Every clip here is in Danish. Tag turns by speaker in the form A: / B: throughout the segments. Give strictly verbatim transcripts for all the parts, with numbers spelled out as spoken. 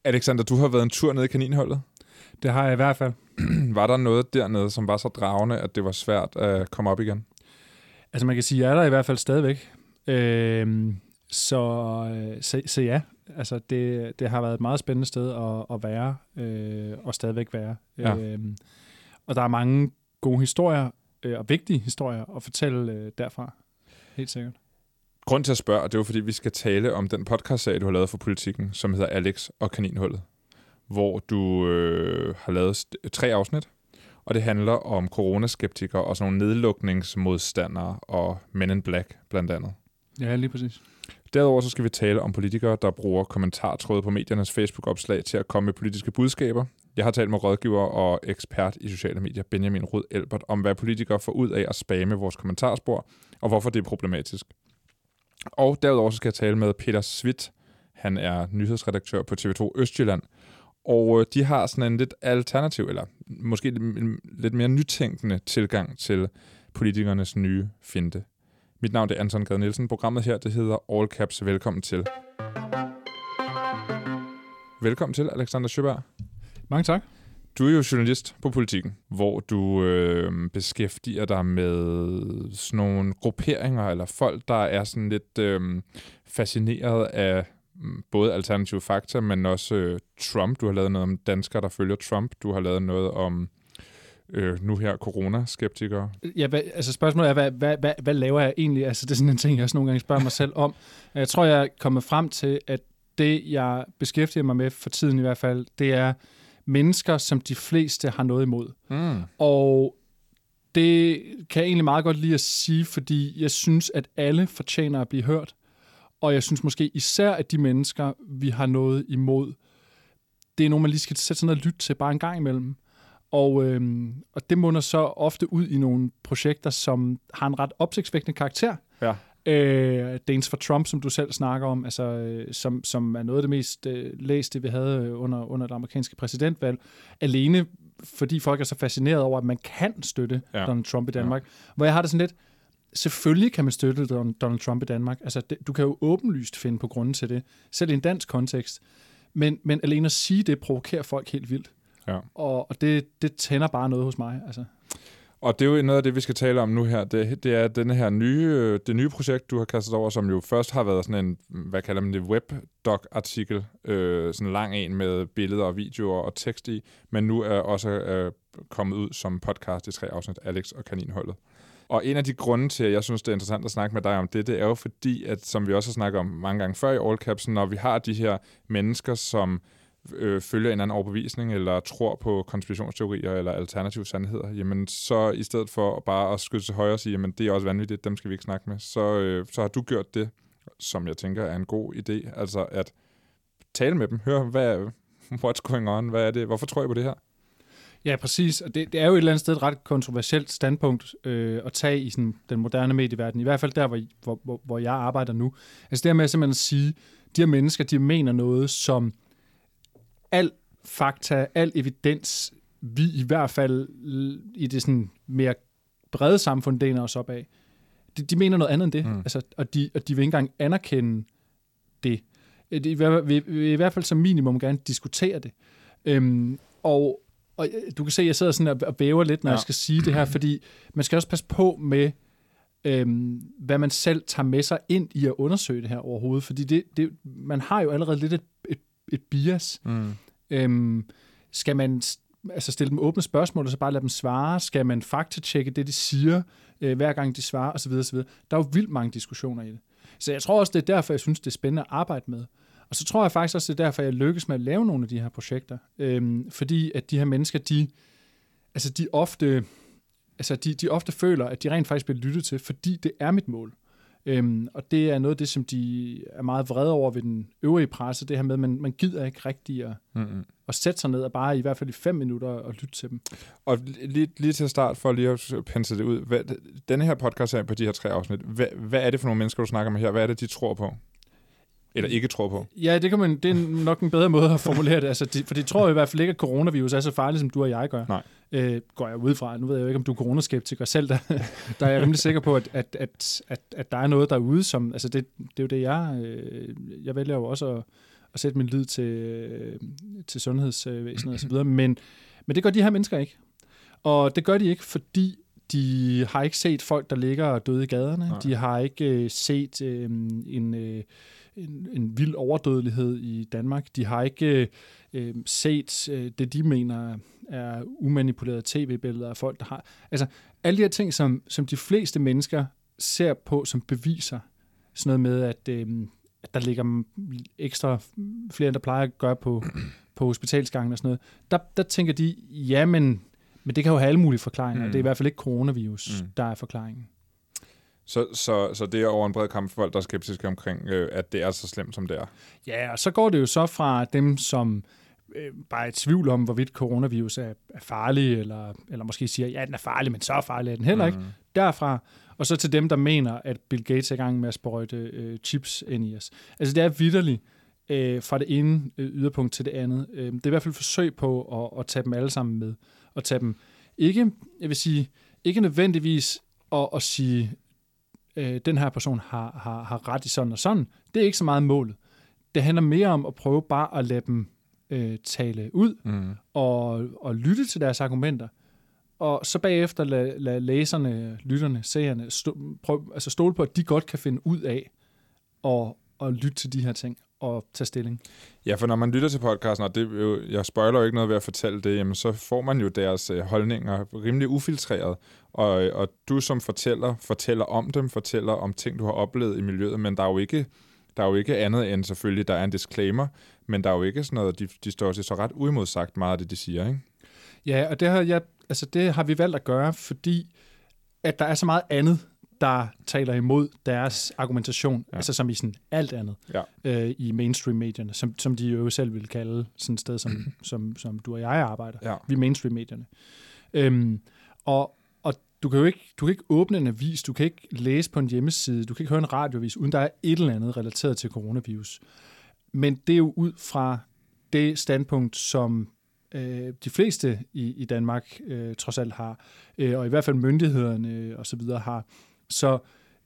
A: Alexander, du har været en tur nede i Kaninhullet.
B: Det har jeg i hvert fald.
A: Var der noget dernede, som var så dragende, at det var svært at komme op igen?
B: Altså man kan sige, at jeg er der i hvert fald stadigvæk. Øhm, så, så, så ja, altså det, det har været et meget spændende sted at, at være, øh, og stadigvæk være. Ja. Øhm, og der er mange gode historier, øh, og vigtige historier at fortælle øh, derfra. Helt sikkert.
A: Grunden til at spørge, det er jo fordi, vi skal tale om den podcast-serie, du har lavet for Politikken, som hedder Alex og Kaninhullet, hvor du øh, har lavet st- tre afsnit, og det handler om coronaskeptikere og sådan nogle nedlukningsmodstandere og Men in Black blandt andet.
B: Ja, lige præcis.
A: Derudover så skal vi tale om politikere, der bruger kommentartråde på mediernes Facebook-opslag til at komme med politiske budskaber. Jeg har talt med rådgiver og ekspert i sociale medier, Benjamin Rud Elbert, om hvad politikere får ud af at spamme vores kommentarspor, og hvorfor det er problematisk. Og derudover så skal jeg tale med Peter Svit. Han er nyhedsredaktør på T V to Østjylland, og de har sådan en lidt alternativ, eller måske en lidt mere nytænkende tilgang til politikernes nye finte. Mit navn er Anton Gade Nielsen. Programmet her, det hedder All Caps. Velkommen til. Velkommen til, Alexander Sjøberg.
B: Mange tak.
A: Du er jo journalist på Politikken, hvor du øh, beskæftiger dig med sådan nogle grupperinger, eller folk, der er sådan lidt øh, fascineret af både alternative fakta, men også øh, Trump. Du har lavet noget om danskere, der følger Trump. Du har lavet noget om øh, nu her coronaskeptikere.
B: Ja, hvad, altså spørgsmålet er, hvad, hvad, hvad, hvad laver jeg egentlig? Altså det er sådan en ting, jeg også nogle gange spørger mig selv om. Jeg tror, jeg er kommet frem til, at det, jeg beskæftiger mig med for tiden i hvert fald, det er mennesker, som de fleste har noget imod. Mm. Og det kan jeg egentlig meget godt lide at sige, fordi jeg synes, at alle fortjener at blive hørt. Og jeg synes måske især, at de mennesker, vi har noget imod, det er nogen, man lige skal sætte sig ned og lytte til bare en gang imellem. Og, øhm, og det munder så ofte ud i nogle projekter, som har en ret opsigtsvækkende karakter.
A: Ja.
B: Øh, Danes for Trump, som du selv snakker om, altså, øh, som, som er noget af det mest øh, læste, vi havde under, under det amerikanske præsidentvalg. Alene fordi folk er så fascineret over, at man kan støtte ja. Donald Trump i Danmark. Ja. Hvor jeg har det sådan lidt, selvfølgelig kan man støtte Donald Trump i Danmark. Altså, det, du kan jo åbenlyst finde på grunden til det, selv i en dansk kontekst. Men, men alene at sige det, provokerer folk helt vildt. Ja. Og, og det, det tænder bare noget hos mig. Altså.
A: Og det er jo noget af det, vi skal tale om nu her. Det, det er denne her nye, det nye projekt, du har kastet over, som jo først har været sådan en, hvad kalder man det, webdoc-artikel, øh, sådan en lang en med billeder og videoer og tekst i, men nu er også øh, kommet ud som podcast i tre afsnit, Alex og Kaninhullet. Og en af de grunde til, at jeg synes, det er interessant at snakke med dig om det, det er jo fordi, at som vi også har snakket om mange gange før i All Caps, når vi har de her mennesker, som øh, følger en anden overbevisning, eller tror på konspirationsteorier eller alternative sandheder, jamen så i stedet for bare at skyde til højre og sige, jamen det er også vanvittigt, dem skal vi ikke snakke med, så, øh, så har du gjort det, som jeg tænker er en god idé, altså at tale med dem, høre, hvad, what's going on, hvad er det, hvorfor tror jeg på det her?
B: Ja, præcis. Og det, det er jo et eller andet sted et ret kontroversielt standpunkt øh, at tage i sådan, den moderne medieverden. I hvert fald der, hvor, hvor, hvor jeg arbejder nu. Altså det her med simpelthen at sige, de her mennesker, de mener noget, som al fakta, al evidens, vi i hvert fald i det sådan mere brede samfund deler os op af. De, de mener noget andet end det. Mm. Altså, og, de, og de vil ikke engang anerkende det. De vil, vil, vil i hvert fald som minimum gerne diskutere det. Øhm, og Og du kan se, at jeg sidder sådan og bæver lidt, når ja. jeg skal sige det her, fordi man skal også passe på med, øhm, hvad man selv tager med sig ind i at undersøge det her overhovedet, fordi det, det, man har jo allerede lidt et, et, et bias. Mm. Øhm, skal man altså stille dem åbne spørgsmål, og så bare lade dem svare? Skal man faktatjekke det, de siger, øh, hver gang de svarer, osv. osv.? Der er jo vildt mange diskussioner i det. Så jeg tror også, det er derfor, jeg synes, det er spændende at arbejde med. Og så tror jeg faktisk også, det er derfor, jeg lykkes med at lave nogle af de her projekter. Øhm, fordi at de her mennesker, de, altså de, ofte, altså de, de ofte føler, at de rent faktisk bliver lyttet til, fordi det er mit mål. Øhm, og det er noget af det, som de er meget vrede over ved den øvrige presse, det her med, at man, man gider ikke rigtig at, mm-hmm. at sætte sig ned og bare i hvert fald i fem minutter og lytte til dem.
A: Og lige, lige til at start, for lige at pensle det ud, hvad, denne her podcast er på de her tre afsnit, hvad, hvad er det for nogle mennesker, du snakker med her? Hvad er det, de tror på? Eller ikke tror på?
B: Ja, det, kan man, det er nok en bedre måde at formulere det. Altså, de, for de tror i hvert fald ikke, at coronavirus er så farligt, som du og jeg gør.
A: Nej.
B: Øh, går jeg ud fra. Nu ved jeg jo ikke, om du er coronaskeptiker selv. Der, der er jeg rimelig sikker på, at, at, at, at, at der er noget derude, som... Altså, det, det er jo det, jeg... Øh, jeg vælger jo også at, og sætte min lid til, til sundhedsvæsenet osv., men, men det gør de her mennesker ikke. Og det gør de ikke, fordi de har ikke set folk, der ligger døde i gaderne. Nej. De har ikke øh, set øh, en, øh, en, en vild overdødelighed i Danmark. De har ikke øh, set øh, det, de mener er umanipulerede tv-billeder af folk, der har... Altså, alle de her ting, som, som de fleste mennesker ser på som beviser. Sådan noget med, at, øh, at der ligger ekstra flere, end der plejer at gøre på, på hospitalsgangen og sådan noget. Der, der tænker de, ja, men... Men det kan jo have alle mulige forklaringer. Mm. Det er i hvert fald ikke coronavirus, mm. der er forklaringen.
A: Så, så, så det er over en bred kamp for folk, der er skeptiske omkring, øh, at det er så slemt, som det er?
B: Ja, og så går det jo så fra dem, som øh, bare er i tvivl om, hvorvidt coronavirus er, er farlig, eller, eller måske siger, ja, den er farlig, men så farlig er den heller ikke. Mm. Derfra, og så til dem, der mener, at Bill Gates er i gang med at sprøjte øh, chips ind i os. Altså, det er vitterligt øh, fra det ene øh, yderpunkt til det andet. Øh, det er i hvert fald forsøg på at, at tage dem alle sammen med. Og tage dem ikke, jeg vil sige, ikke nødvendigvis at, at sige, øh, den her person har, har, har ret i sådan og sådan. Det er ikke så meget målet. Det handler mere om at prøve bare at lade dem øh, tale ud mm. og, og lytte til deres argumenter. Og så bagefter lade, lade læserne, lytterne, seerne stå, prøve, altså stole på, at de godt kan finde ud af at, at lytte til de her ting og tage stilling.
A: Ja, for når man lytter til podcasten, og det er jo, jeg spoiler jo ikke noget ved at fortælle det, jamen så får man jo deres øh, holdninger rimelig ufiltreret, og, og du som fortæller, fortæller om dem, fortæller om ting, du har oplevet i miljøet, men der er jo ikke, der er jo ikke andet end selvfølgelig, der er en disclaimer, men der er jo ikke sådan noget, de, de står til så ret uimodsagt meget af det, de siger, ikke?
B: Ja, og det har, jeg, altså det har vi valgt at gøre, fordi at der er så meget andet, der taler imod deres argumentation, ja. Altså som i sådan alt andet ja. øh, i mainstream-medierne, som, som de jo selv vil kalde sådan et sted, som, som, som du og jeg arbejder. Ja. Vi er mainstream-medierne. Øhm, og, og du kan jo ikke, du kan ikke åbne en avis, du kan ikke læse på en hjemmeside, du kan ikke høre en radioavis, uden der er et eller andet relateret til coronavirus. Men det er jo ud fra det standpunkt, som øh, de fleste i, i Danmark øh, trods alt har, øh, og i hvert fald myndighederne og så videre har. Så,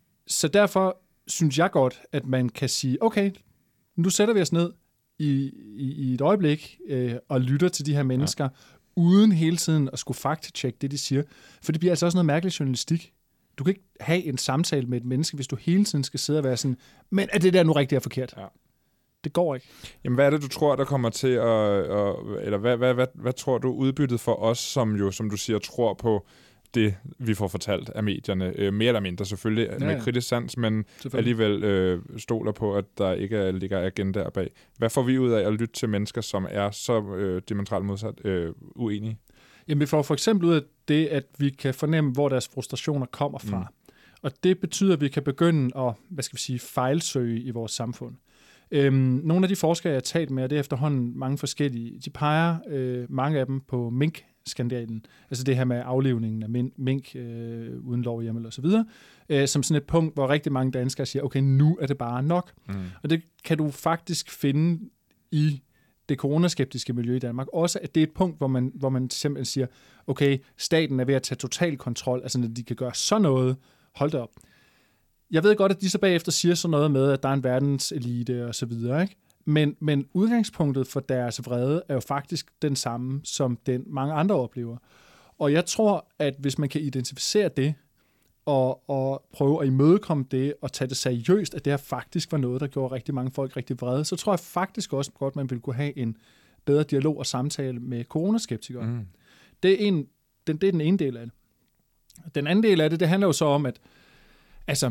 B: så derfor synes jeg godt, at man kan sige, okay, nu sætter vi os ned i, i, i et øjeblik øh, og lytter til de her mennesker, ja. Uden hele tiden at skulle faktatjekke det, de siger. For det bliver altså også noget mærkelig journalistik. Du kan ikke have en samtale med et menneske, hvis du hele tiden skal sidde og være sådan, men er det der nu rigtigt og forkert? Ja. Det går ikke.
A: Jamen, hvad er det, du tror, der kommer til at... at eller hvad, hvad, hvad, hvad tror du udbyttet for os, som jo, som du siger, tror på det, vi får fortalt af medierne, øh, mere eller mindre selvfølgelig, ja, ja. Med kritisk sans, men alligevel øh, stoler på, at der ikke er, ligger agendaer bag. Hvad får vi ud af at lytte til mennesker, som er så øh, diametralt modsat øh, uenige?
B: Jamen, vi får for eksempel ud af det, at vi kan fornemme, hvor deres frustrationer kommer fra. Mm. Og det betyder, at vi kan begynde at, hvad skal vi sige, fejlsøge i vores samfund. Øhm, nogle af de forskere, jeg har talt med, og det er efterhånden mange forskellige, de peger øh, mange af dem på mink skandalen, altså det her med aflivningen af mink øh, uden lovhjemmel og så videre, øh, som sådan et punkt, hvor rigtig mange danskere siger, okay, nu er det bare nok. Mm. Og det kan du faktisk finde i det coronaskeptiske miljø i Danmark. Også at det er et punkt, hvor man, hvor man simpelthen siger, okay, staten er ved at tage total kontrol, altså når de kan gøre sådan noget, hold det op. Jeg ved godt, at de så bagefter siger sådan noget med, at der er en verdenselite og så videre, ikke? Men, men udgangspunktet for deres vrede er jo faktisk den samme, som den mange andre oplever. Og jeg tror, at hvis man kan identificere det, og, og prøve at imødekomme det, og tage det seriøst, at det her faktisk var noget, der gjorde rigtig mange folk rigtig vrede, så tror jeg faktisk også godt, man ville kunne have en bedre dialog og samtale med coronaskeptikere. Mm. Det, er en, den, det er den ene del af det. Den anden del af det, det handler jo så om, at altså,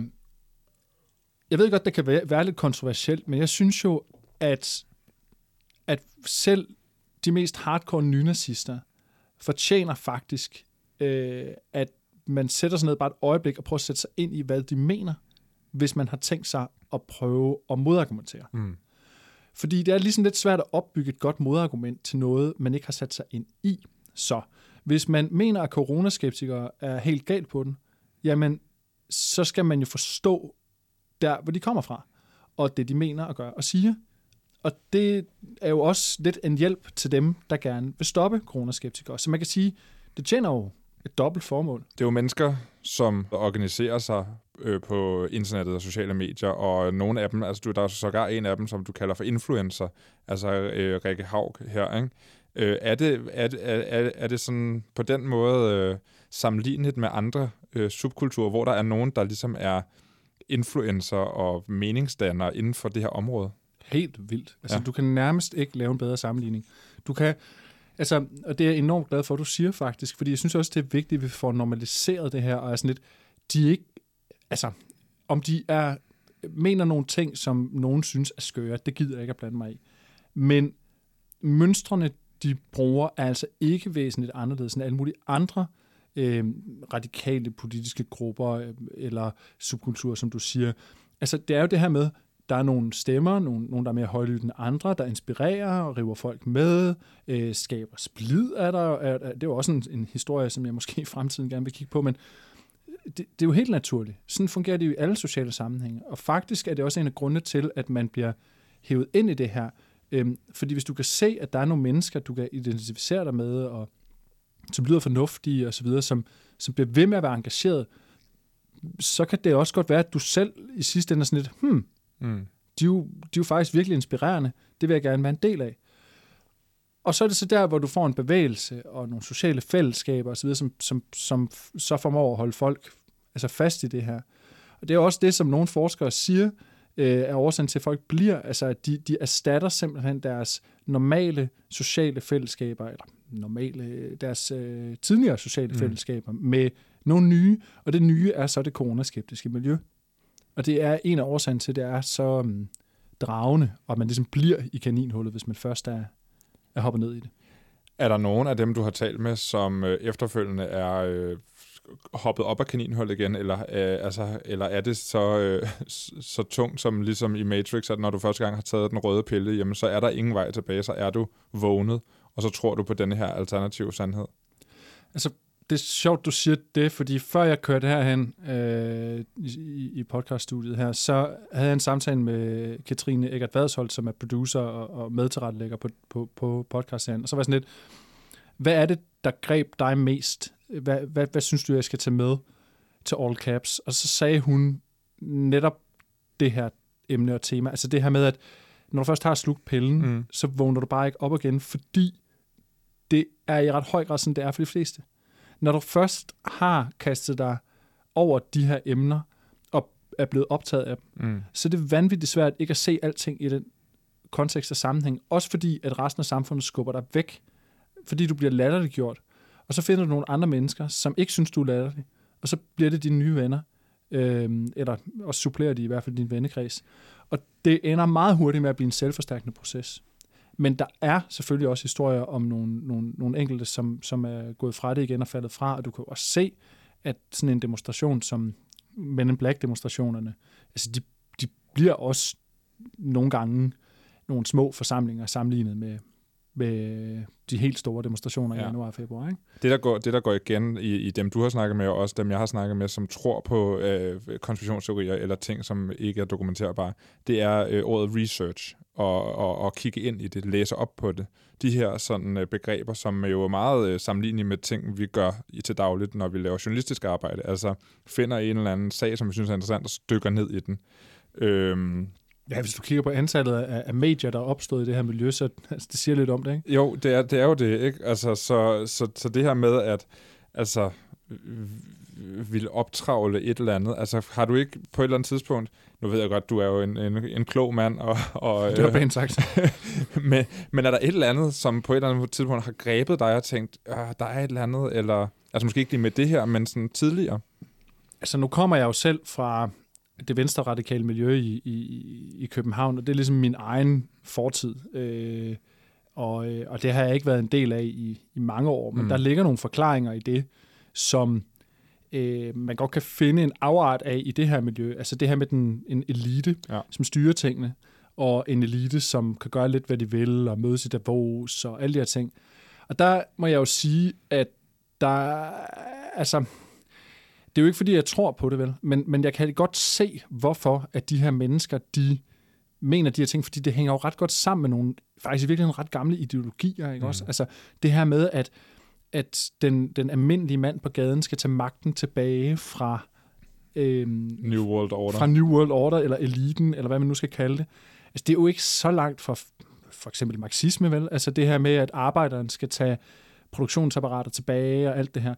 B: jeg ved godt, det kan være, være lidt kontroversielt, men jeg synes jo, at, at selv de mest hardcore nynazister fortjener faktisk, øh, at man sætter sig ned bare et øjeblik og prøver at sætte sig ind i, hvad de mener, hvis man har tænkt sig at prøve at modargumentere. Mm. Fordi det er ligesom lidt svært at opbygge et godt modargument til noget, man ikke har sat sig ind i. Så hvis man mener, at coronaskeptikere er helt galt på den, jamen, så skal man jo forstå der, hvor de kommer fra, og det, de mener og gør og siger. Og det er jo også lidt en hjælp til dem, der gerne vil stoppe coronaskeptikere. Så man kan sige, det tjener jo et dobbelt formål.
A: Det er jo mennesker, som organiserer sig øh, på internettet og sociale medier, og nogle af dem, altså du, der er sågar en af dem, som du kalder for influencer, altså øh, Rikke Haug her, ikke? Øh, er, det, er, det, er, er det sådan på den måde øh, sammenlignet med andre øh, subkulturer, hvor der er nogen, der ligesom er influencer og meningsdannere inden for det her område?
B: Helt vildt. Altså,
A: Ja.
B: du kan nærmest ikke lave en bedre sammenligning. Du kan, altså, og det er jeg enormt glad for, at du siger faktisk, fordi jeg synes også, det er vigtigt, at vi får normaliseret det her, og er sådan lidt, de er ikke, altså, om de er, mener nogle ting, som nogen synes er skøre, det gider jeg ikke at blande mig i. Men mønstrene, de bruger, er altså ikke væsentligt anderledes end alle mulige andre øh, radikale politiske grupper øh, eller subkulturer, som du siger. Altså, det er jo det her med, der er nogle stemmer, nogle, nogle der er mere højlytte end andre, der inspirerer og river folk med, øh, skaber splid af der. Er, det er jo også en, en historie, som jeg måske i fremtiden gerne vil kigge på, men det, det er jo helt naturligt. Sådan fungerer det jo i alle sociale sammenhænge. Og faktisk er det også en af grundene til, at man bliver hævet ind i det her. Øhm, fordi hvis du kan se, at der er nogle mennesker, du kan identificere dig med, og som lyder fornuftige og så videre, som, som bliver ved med at være engageret, så kan det også godt være, at du selv i sidste ende er sådan lidt, hmm,
A: Mm.
B: de, er jo, de er jo faktisk virkelig inspirerende. Det vil jeg gerne være en del af. Og så er det så der, hvor du får en bevægelse og nogle sociale fællesskaber osv., som, som, som så formår at holde folk altså fast i det her. Og det er også det, som nogle forskere siger, øh, er årsagen til, at folk bliver, altså at de, de erstatter simpelthen deres normale sociale fællesskaber, eller normale, deres øh, tidligere sociale mm. fællesskaber, med nogle nye, og det nye er så det coronaskeptiske miljø. Og det er en af årsagen til, at det er så um, dragende, og at man ligesom bliver i kaninhullet, hvis man først er, er hoppet ned i det.
A: Er der nogen af dem, du har talt med, som øh, efterfølgende er øh, hoppet op af kaninhullet igen, eller, øh, altså, eller er det så, øh, så tungt som ligesom i Matrix, at når du første gang har taget den røde pille, jamen, så er der ingen vej tilbage, så er du vågnet, og så tror du på denne her alternative sandhed? Altså,
B: det er sjovt, du siger det, fordi før jeg kørte herhen øh, i, i podcaststudiet her, så havde jeg en samtale med Katrine Eggert Vadsholt, som er producer og, og medtilrettelægger på, på, på podcastserien. Og så var jeg sådan lidt, hvad er det, der greb dig mest? Hvad, hvad, hvad synes du, jeg skal tage med til All Caps? Og så sagde hun netop det her emne og tema. Altså det her med, at når du først har slugt pillen, mm. så vågner du bare ikke op igen, fordi det er i ret høj grad sådan, det er for de fleste. Når du først har kastet dig over de her emner, og er blevet optaget af dem, mm. så er det vanvittigt svært ikke at se alting i den kontekst og sammenhæng. Også fordi, at resten af samfundet skubber dig væk, fordi du bliver latterliggjort. Og så finder du nogle andre mennesker, som ikke synes, du er latterlig. Og så bliver det dine nye venner. Øhm, eller og supplerer de i hvert fald din vennekreds. Og det ender meget hurtigt med at blive en selvforstærkende proces. Men der er selvfølgelig også historier om nogle, nogle, nogle enkelte, som, som er gået fra det igen og faldet fra, og du kan også se, at sådan en demonstration som Men in Black-demonstrationerne, altså de, de bliver også nogle gange nogle små forsamlinger sammenlignet med, med de helt store demonstrationer ja. i januar og februar. Ikke?
A: Det, der går, det, der går igen i, i dem, du har snakket med, og også dem, jeg har snakket med, som tror på øh, konspirationsteorier eller ting, som ikke er dokumenterbare, det er øh, ordet research. Og, og, og kigge ind i det, læse op på det. De her sådan, øh, begreber, som er jo meget øh, sammenlignelige med ting, vi gør i til dagligt, når vi laver journalistisk arbejde. Altså finder en eller anden sag, som vi synes er interessant, og dykker ned i den. Øhm,
B: ja, hvis du kigger på antallet af, af medier, der er opstået i det her miljø, så altså, det siger lidt om det, ikke?
A: Jo, det er, det er jo det, ikke? Altså, så, så, så det her med, at altså, vil optravle et eller andet. Altså, har du ikke på et eller andet tidspunkt, nu ved jeg godt, du er jo en, en, en klog mand, og, og,
B: det var pænt sagt.
A: men, men er der et eller andet, som på et eller andet tidspunkt har grebet dig og tænkt, der er et eller andet, eller, altså måske ikke lige med det her, men sådan tidligere?
B: Altså, nu kommer jeg jo selv fra det venstre radikale miljø i, i, i København, og det er ligesom min egen fortid. Øh, og, og det har jeg ikke været en del af i, i mange år, men mm. der ligger nogle forklaringer i det, som øh, man godt kan finde en afart af i det her miljø. Altså det her med den, en elite, ja. som styrer tingene, og en elite, som kan gøre lidt, hvad de vil, og mødes i Davos, og alle de her ting. Og der må jeg jo sige, at der, altså, det er jo ikke, fordi jeg tror på det, vel, men, men jeg kan godt se, hvorfor at de her mennesker, de mener de her ting, fordi det hænger jo ret godt sammen med nogle, faktisk i virkeligheden ret gamle ideologier, ikke mm. også? Altså det her med, at at den, den almindelige mand på gaden skal tage magten tilbage fra øh,
A: New World Order.
B: fra New World Order, eller eliten, eller hvad man nu skal kalde det. Altså, det er jo ikke så langt fra for eksempel marxisme, vel? Altså det her med, at arbejderen skal tage produktionsapparater tilbage og alt det her.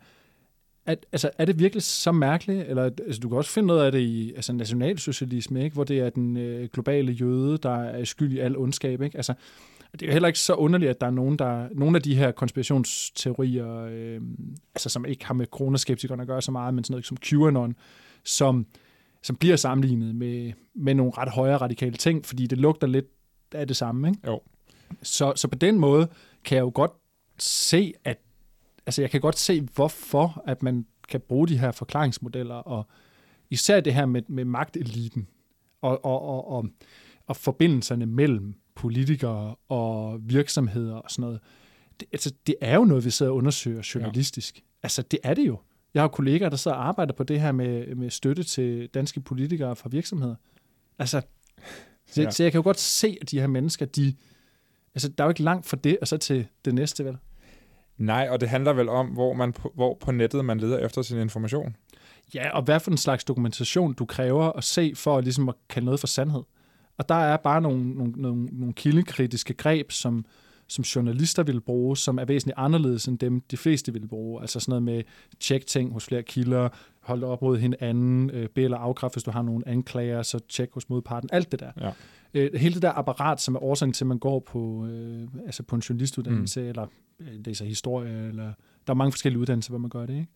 B: At, altså, er det virkelig så mærkeligt? Eller, altså, du kan også finde noget af det i altså, nationalsocialisme, ikke? Hvor det er den øh, globale jøde, der er skyld i al ondskab. Ikke? Altså, det er jo heller ikke så underligt, at der er nogen, der, nogle af de her konspirationsteorier, øh, altså, som ikke har med coronaskeptikerne at gøre så meget, men sådan noget som QAnon, som, som bliver sammenlignet med, med nogle ret højere radikale ting, fordi det lugter lidt af det samme. Ikke?
A: Jo.
B: Så, så på den måde kan jeg jo godt se, at altså jeg kan godt se, hvorfor at man kan bruge de her forklaringsmodeller, og især det her med, med magteliten, og, og, og, og, og forbindelserne mellem politikere og virksomheder og sådan noget. Det, altså, det er jo noget, vi sidder og undersøger journalistisk. Ja. Altså, det er det jo. Jeg har jo kollegaer, der sidder og arbejder på det her med, med støtte til danske politikere fra virksomheder. Altså, så, ja. så jeg kan jo godt se, at de her mennesker, de, altså, der er jo ikke langt fra det, og så til det næste, vel?
A: Nej, og det handler vel om, hvor, man, hvor på nettet man leder efter sin information.
B: Ja, og hvad for en slags dokumentation, du kræver at se for ligesom at kalde noget for sandhed. Og der er bare nogle, nogle, nogle, nogle kildekritiske greb, som, som journalister vil bruge, som er væsentligt anderledes end dem, de fleste vil bruge. Altså sådan noget med tjek ting hos flere kilder, holde op mod hinanden, øh, bede eller afkræfte, hvis du har nogle anklager, så tjek hos modparten, alt det der.
A: Ja.
B: Øh, hele det der apparat, som er årsagen til, at man går på, øh, altså på en journalistuddannelse, mm. eller øh, læser historie, eller der er mange forskellige uddannelser, hvor man gør det, ikke?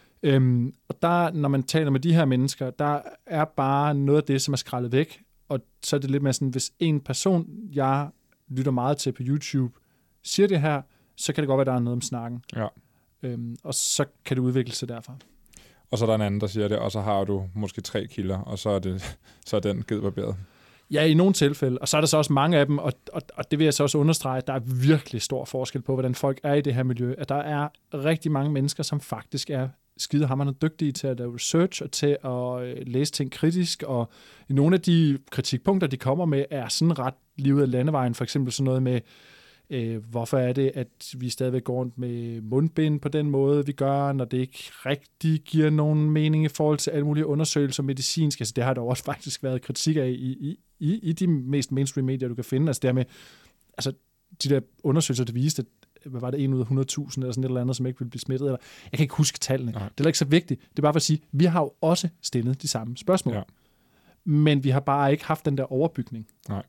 B: Øhm, og der, når man taler med de her mennesker, der er bare noget af det, som er skrællet væk, og så er det lidt mere sådan, hvis en person, jeg lytter meget til på YouTube, siger det her, så kan det godt være, der er noget om snakken.
A: Ja.
B: Øhm, og så kan det udvikle sig derfra.
A: Og så er der en anden, der siger det, og så har du måske tre kilder, og så er, det, så er den givet barberet.
B: Ja, i nogle tilfælde. Og så er der så også mange af dem, og, og, og det vil jeg så også understrege, at der er virkelig stor forskel på, hvordan folk er i det her miljø. At der er rigtig mange mennesker, som faktisk er skidehamrende dygtige til at lave research og til at læse ting kritisk, og nogle af de kritikpunkter, de kommer med, er sådan ret lige ud af landevejen. For eksempel sådan noget med, øh, hvorfor er det, at vi stadigvæk går rundt med mundbind på den måde, vi gør, når det ikke rigtig giver nogen mening i forhold til alle mulige undersøgelser medicinsk. Altså det har der også faktisk været kritik af i, i, i, i de mest mainstream medier, du kan finde. Altså dermed, altså de der undersøgelser, der viste, at hvad var det, en ud af hundrede tusind, eller sådan et eller andet, som ikke ville blive smittet. Eller, jeg kan ikke huske tallene. Nej. Det er heller ikke så vigtigt. Det er bare for at sige, vi har jo også stillet de samme spørgsmål. Ja. Men vi har bare ikke haft den der overbygning.
A: Nej.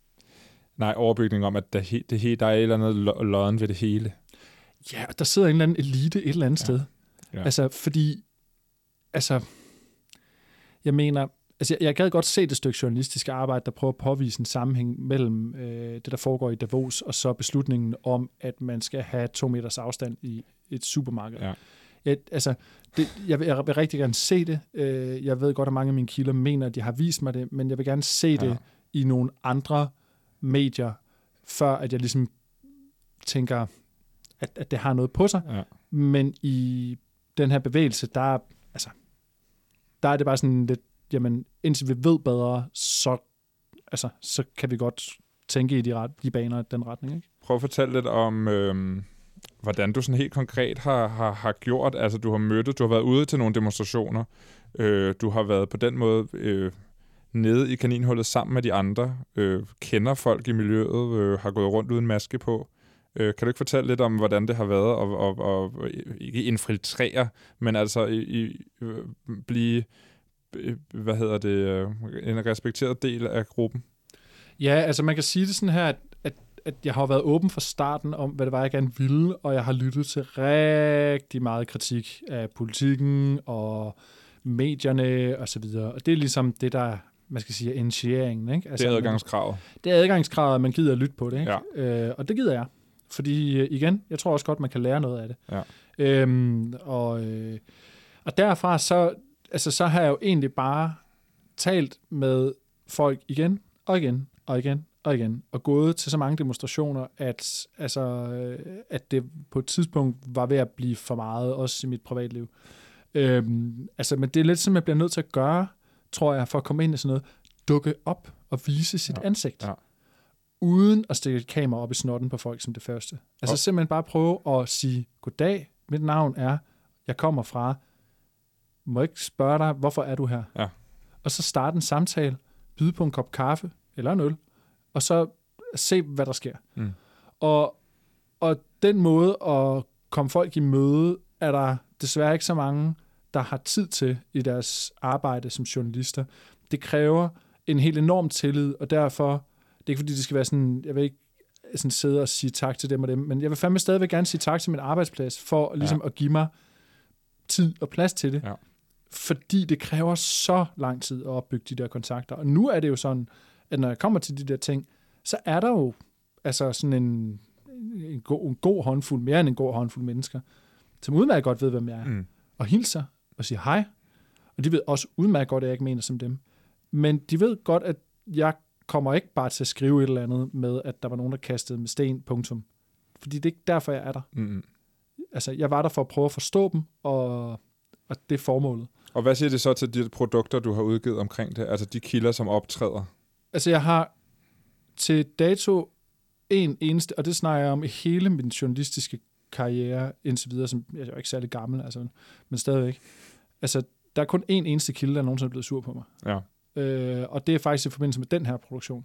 A: Nej, overbygning om, at der, he, det he, der er et eller andet lodden ved det hele.
B: Ja, der sidder en eller anden elite et eller andet ja. sted. Ja. Altså, fordi, altså, jeg mener, altså, jeg, jeg gad godt se det stykke journalistiske arbejde, der prøver at påvise en sammenhæng mellem øh, det, der foregår i Davos, og så beslutningen om, at man skal have to meters afstand i et supermarked. Ja. Jeg, altså, det, jeg, vil, jeg vil rigtig gerne se det. Øh, jeg ved godt, at mange af mine kilder mener, at de har vist mig det, men jeg vil gerne se ja. det i nogle andre medier, før at jeg ligesom tænker, at, at det har noget på sig. Ja. Men i den her bevægelse, der, altså, der er det bare sådan lidt, jamen, indtil vi ved bedre, så, altså, så kan vi godt tænke i de, ret, de baner den retning. Ikke?
A: Prøv at fortælle lidt om, øh, hvordan du sådan helt konkret har, har, har gjort, altså du har mødt, du har været ude til nogle demonstrationer, øh, du har været på den måde øh, nede i kaninhullet sammen med de andre, øh, kender folk i miljøet, øh, har gået rundt uden maske på. Øh, kan du ikke fortælle lidt om, hvordan det har været at, at, at, at ikke infiltrere, men altså i, i, øh, blive, hvad hedder det, en respekteret del af gruppen?
B: Ja, altså man kan sige det sådan her, at, at, at jeg har været åben fra starten om, hvad det var, jeg gerne ville, og jeg har lyttet til rigtig meget kritik af politikken og medierne og så videre. Og det er ligesom det, der man skal sige, initieringen. Ikke? Altså,
A: det er adgangskravet.
B: Man, det er adgangskravet, at man gider at lytte på det. Ikke?
A: Ja.
B: Øh, og det gider jeg. Fordi igen, jeg tror også godt, man kan lære noget af det.
A: Ja.
B: Øhm, og, øh, og derfra så, altså, så har jeg jo egentlig bare talt med folk igen og igen og igen og igen, og gået til så mange demonstrationer, at, altså, øh, at det på et tidspunkt var ved at blive for meget, også i mit privatliv. Øhm, altså, men det er lidt som, jeg bliver nødt til at gøre, tror jeg, for at komme ind i sådan noget, dukke op og vise sit ja. ansigt. Ja. Uden at stikke et kamera op i snotten på folk som det første. Altså oh. simpelthen bare prøve at sige, goddag, mit navn er, jeg kommer fra må jeg ikke spørge dig, hvorfor er du her?
A: Ja.
B: Og så starte en samtale, byde på en kop kaffe eller en øl, og så se, hvad der sker.
A: Mm.
B: Og, og den måde at komme folk i møde, er der desværre ikke så mange, der har tid til i deres arbejde som journalister. Det kræver en helt enorm tillid, og derfor, det er ikke fordi, det skal være sådan, jeg vil ikke sådan sidde og sige tak til dem og dem, men jeg vil fandme stadigvæk gerne sige tak til min arbejdsplads, for ligesom ja. at give mig tid og plads til det.
A: Ja.
B: Fordi det kræver så lang tid at opbygge de der kontakter. Og nu er det jo sådan, at når jeg kommer til de der ting, så er der jo altså sådan en, en, god, en god håndfuld, mere end en god håndfuld mennesker, som udmærket godt ved, hvem jeg er, mm. og hilser og siger hej. Og de ved også udmærket godt, at jeg ikke mener som dem. Men de ved godt, at jeg kommer ikke bare til at skrive et eller andet med, at der var nogen, der kastede med sten, punktum. Fordi det er ikke derfor, jeg er der.
A: Mm.
B: Altså, jeg var der for at prøve at forstå dem, og, og det er formålet.
A: Og hvad siger det så til de produkter, du har udgivet omkring det? Altså de kilder, som optræder?
B: Altså, jeg har til dato en eneste, og det snakker jeg om i hele min journalistiske karriere indtil videre, som jeg er jo ikke særlig gammel, altså, men stadigvæk. Altså, der er kun en eneste kilde, der nogensinde er blevet sur på mig.
A: Ja.
B: Øh, og det er faktisk i forbindelse med den her produktion.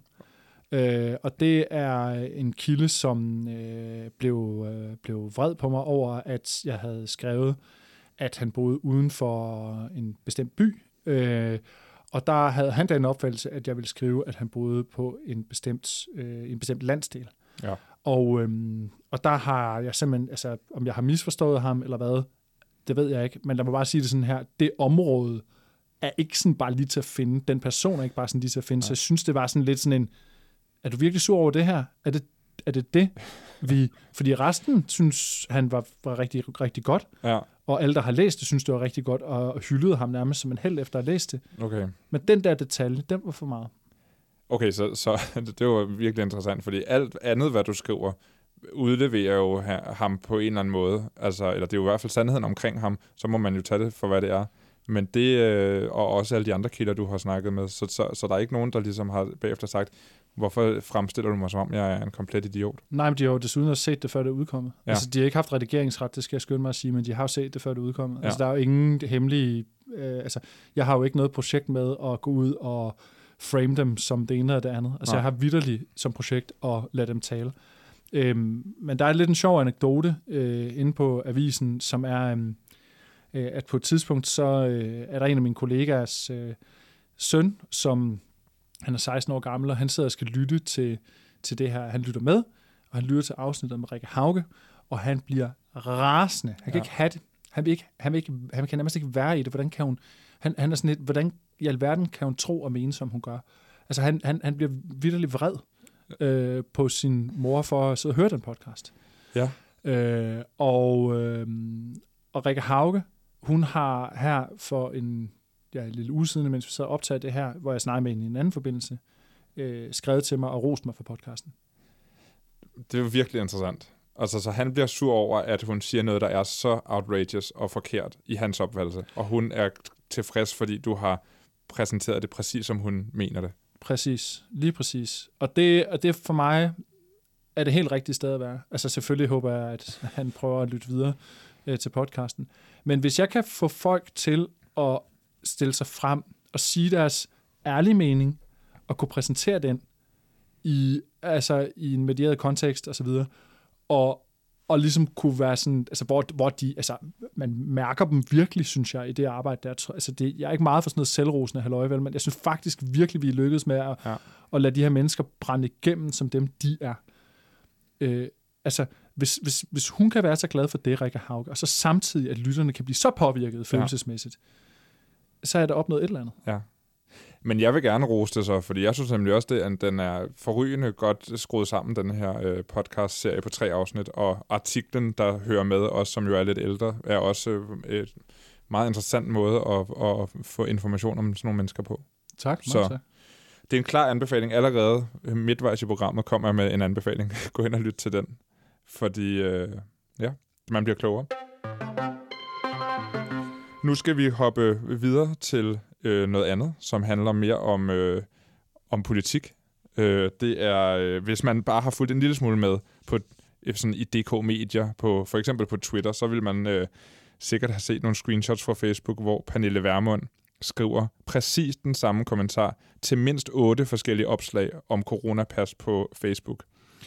B: Øh, og det er en kilde, som øh, blev, øh, blev vred på mig over, at jeg havde skrevet, at han boede uden for en bestemt by. Øh, og der havde han da en opfattelse, at jeg ville skrive, at han boede på en bestemt, øh, en bestemt landsdel.
A: Ja.
B: Og, øhm, og der har jeg simpelthen, altså om jeg har misforstået ham eller hvad, det ved jeg ikke, men lad mig bare sige det sådan her, det område er ikke sådan bare lige til at finde, den person er ikke bare sådan lige til at finde, ja. Så jeg synes, det var sådan lidt sådan en, er du virkelig sur over det her? Er det er det, det vi, fordi resten synes, han var, var rigtig, rigtig godt, ja. Og alle, der har læst det, synes, det var rigtig godt, og hyldede ham nærmest som en held efter at have læst det.
A: Okay.
B: Men den der detalje, den var for meget.
A: Okay, så, så det var virkelig interessant, fordi alt andet, hvad du skriver, udleverer jo ham på en eller anden måde. Altså, eller det er jo i hvert fald sandheden omkring ham, så må man jo tage det for, hvad det er. Men det, øh, og også alle de andre kilder, du har snakket med, så, så, så der er ikke nogen, der ligesom har bagefter sagt, hvorfor fremstiller du mig, som om jeg er en komplet idiot?
B: Nej, men de har jo desuden også set det, før det er udkommet. Ja. Altså, de har ikke haft redigeringsret, det skal jeg skynde mig at sige, men de har jo set det, før det er udkommet. Ja. Altså, der er jo ingen hemmelige... Øh, altså, jeg har jo ikke noget projekt med at gå ud og frame dem som det ene eller det andet. Altså, Nej. Jeg har vitterligt som projekt at lade dem tale. Øhm, men der er lidt en sjov anekdote øh, inde på avisen, som er, øh, at på et tidspunkt, så øh, er der en af mine kollegaers øh, søn, som han er seksten år gammel, og han sidder og skal lytte til, til det her. Han lytter med, og han lytter til afsnittet med Rikke Hauge, og han bliver rasende. Han kan ja. ikke have det. Han, vil ikke, han, vil ikke, han kan nærmest ikke være i det. Hvordan kan hun... Han, han er sådan lidt, hvordan i alverden kan hun tro og mene, som hun gør? Altså, han, han, han bliver vitterligt vred øh, på sin mor for at sidde og høre den podcast.
A: Ja.
B: Øh, og, øh, og Rikke Hauge, hun har her for en, ja, en lille uge siden, mens vi sad og optager det her, hvor jeg snakkede med hende i en anden forbindelse, øh, skrevet til mig og rost mig for podcasten.
A: Det er jo virkelig interessant. Altså, så han bliver sur over, at hun siger noget, der er så outrageous og forkert i hans opfattelse, og hun er tilfreds, fordi du har præsenteret det præcis, som hun mener det.
B: Præcis, lige præcis. Og det, og det for mig er det helt rigtige sted at være. Altså selvfølgelig håber jeg, at han prøver at lytte videre øh, til podcasten. Men hvis jeg kan få folk til at stille sig frem og sige deres ærlige mening, og kunne præsentere den i, altså, i en medieret kontekst og så videre, og, og ligesom kunne være sådan, altså hvor, hvor de, altså man mærker dem virkelig, synes jeg, i det arbejde der. Altså det, jeg er ikke meget for sådan noget selvrosende halløj, vel, men jeg synes faktisk virkelig, vi er lykkedes med at, ja. at lade de her mennesker brænde igennem, som dem de er. Øh, altså, hvis, hvis, hvis hun kan være så glad for det, Rikke Hauge, og så samtidig, at lytterne kan blive så påvirket følelsesmæssigt, ja. så er der opnået et eller andet.
A: Ja. Men jeg vil gerne rose det så, fordi jeg synes nemlig også, det, at den er forrygende godt skruet sammen, den her øh, podcast-serie på tre afsnit, og artiklen, der hører med os, som jo er lidt ældre, er også øh, et meget interessant måde at, at få information om sådan nogle mennesker på.
B: Tak.
A: Så
B: tak.
A: Det er en klar anbefaling. Allerede midtvejs i programmet kommer jeg med en anbefaling. Gå ind og lyt til den, fordi øh, ja, man bliver klogere. Nu skal vi hoppe videre til øh, noget andet, som handler mere om, øh, om politik. Øh, det er, øh, hvis man bare har fulgt en lille smule med på, sådan, i D K Medier, på, for eksempel på Twitter, så vil man øh, sikkert have set nogle screenshots fra Facebook, hvor Pernille Vermund skriver præcis den samme kommentar til mindst otte forskellige opslag om coronapas på Facebook.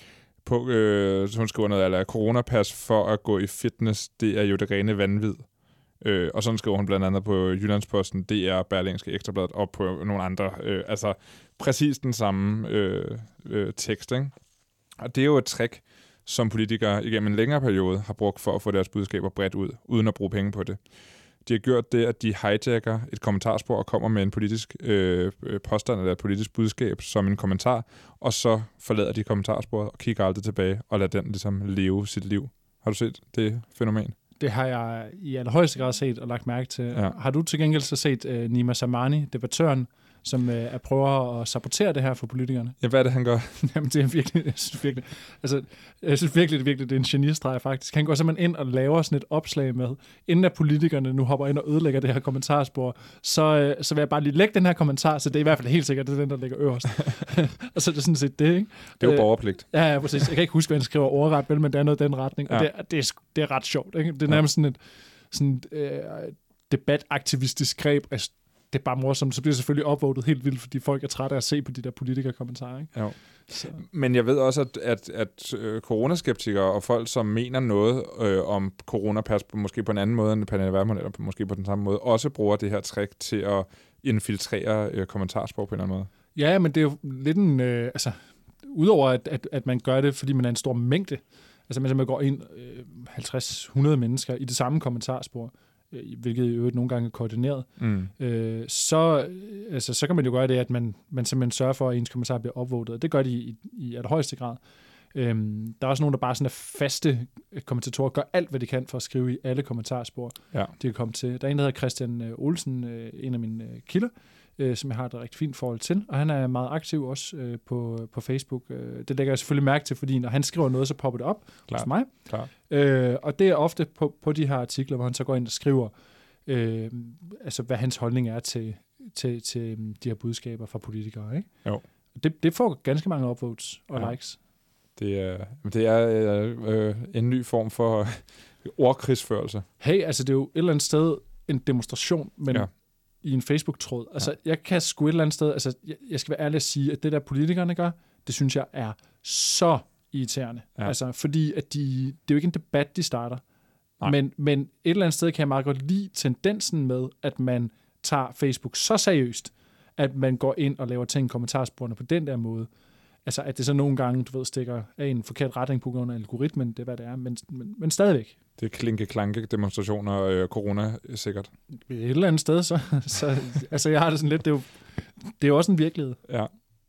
A: På, øh, hun skriver noget af coronapas for at gå i fitness, det er jo det rene vanvid. Øh, og sådan skriver hun blandt andet på Jyllandsposten, D R, Berlingske, Ekstrabladet og på nogle andre. Øh, altså præcis den samme øh, øh, tekst, ikke? Og det er jo et trick, som politikere igennem en længere periode har brugt for at få deres budskaber bredt ud, uden at bruge penge på det. De har gjort det, at de hijacker et kommentarspor og kommer med en politisk øh, påstand eller et politisk budskab som en kommentar, og så forlader de kommentarsporet og kigger aldrig tilbage og lader den ligesom leve sit liv. Har du set det fænomen?
B: Det har jeg i allerhøjeste grad set og lagt mærke til. Ja. Har du til gengæld så set uh, Nima Samani, debattøren, som uh, er prøver at sabotere det her for politikerne?
A: Ja, hvad er det, han gør?
B: Jamen, det er virkelig, jeg synes virkelig, altså, jeg synes virkelig, det er virkelig, det er en genistreg faktisk. Han går simpelthen ind og laver sådan et opslag med, inden at politikerne nu hopper ind og ødelægger det her kommentarspor, så, uh, så vil jeg bare lige lægge den her kommentar, så det er i hvert fald helt sikkert, det er den, der ligger øverst. Og så er det sådan set det, ikke?
A: Det er jo borgerpligt.
B: Ja, ja, præcis. Jeg kan ikke huske, hvad han skriver overret, vel, men det er noget i den retning, ja. Og det, er, det, er, det er ret sjovt, ikke? Det er nærmest sådan et sådan, øh, debataktivistisk greb. Altså, det er bare morsomt. Så bliver det selvfølgelig opvotet helt vildt, fordi folk er trætte af at se på de der politikerkommentarer, ikke?
A: Jo. Så. Men jeg ved også, at, at, at øh, coronaskeptikere og folk, som mener noget øh, om coronapas, måske på en anden måde end Pernille Vermund, eller måske på den samme måde, også bruger det her trick til at infiltrere øh, kommentarspor på en eller anden måde. Ja,
B: men det er jo lidt en... Øh, altså, udover at, at, at man gør det, fordi man er en stor mængde, altså man simpelthen går ind øh, halvtreds hundrede mennesker i det samme kommentarspor, øh, hvilket i øvrigt nogle gange er koordineret, mm. øh, så, altså, så kan man jo gøre det, at man, man simpelthen sørger for, at ens kommentar bliver opvotet, og det gør de i, i allerhøjeste grad. Øhm, der er også nogen, der bare sådan er faste kommentatorer, gør alt, hvad de kan for at skrive i alle kommentarspor, ja. De kan komme til. Der er en, der hedder Christian Olsen, øh, en af mine øh, kilder, øh, som jeg har et rigtig fint forhold til, og han er meget aktiv også øh, på, på Facebook. Øh, det lægger jeg selvfølgelig mærke til, fordi når han skriver noget, så popper det op Klar. hos mig. Klar. Øh, og det er ofte på, på de her artikler, hvor han så går ind og skriver, øh, altså hvad hans holdning er til, til, til de her budskaber fra politikere. Ikke? Jo. Det, det får ganske mange upvotes og ja. likes.
A: Det er, det er øh, en ny form for ordkrigsførelse.
B: Hey, altså det er jo et eller andet sted en demonstration, men ja. i en Facebook-tråd. Altså ja. jeg kan sgu et eller andet sted, altså jeg, jeg skal være ærlig at sige, at det der politikerne gør, det synes jeg er så irriterende. Ja. Altså fordi at de, det er jo ikke en debat, de starter. Men, men et eller andet sted kan jeg meget godt lide tendensen med, at man tager Facebook så seriøst, at man går ind og laver ting i kommentarsporene på den der måde. Altså, at det så nogle gange, du ved, stikker af en forkert retning på grund af algoritmen, det er, hvad det er, men, men, men stadigvæk.
A: Det er klinke-klanke-demonstrationer og øh, corona sikkert.
B: Et eller andet sted, så, så altså, jeg har det sådan lidt, det er jo, det er jo også en virkelighed.
A: Ja.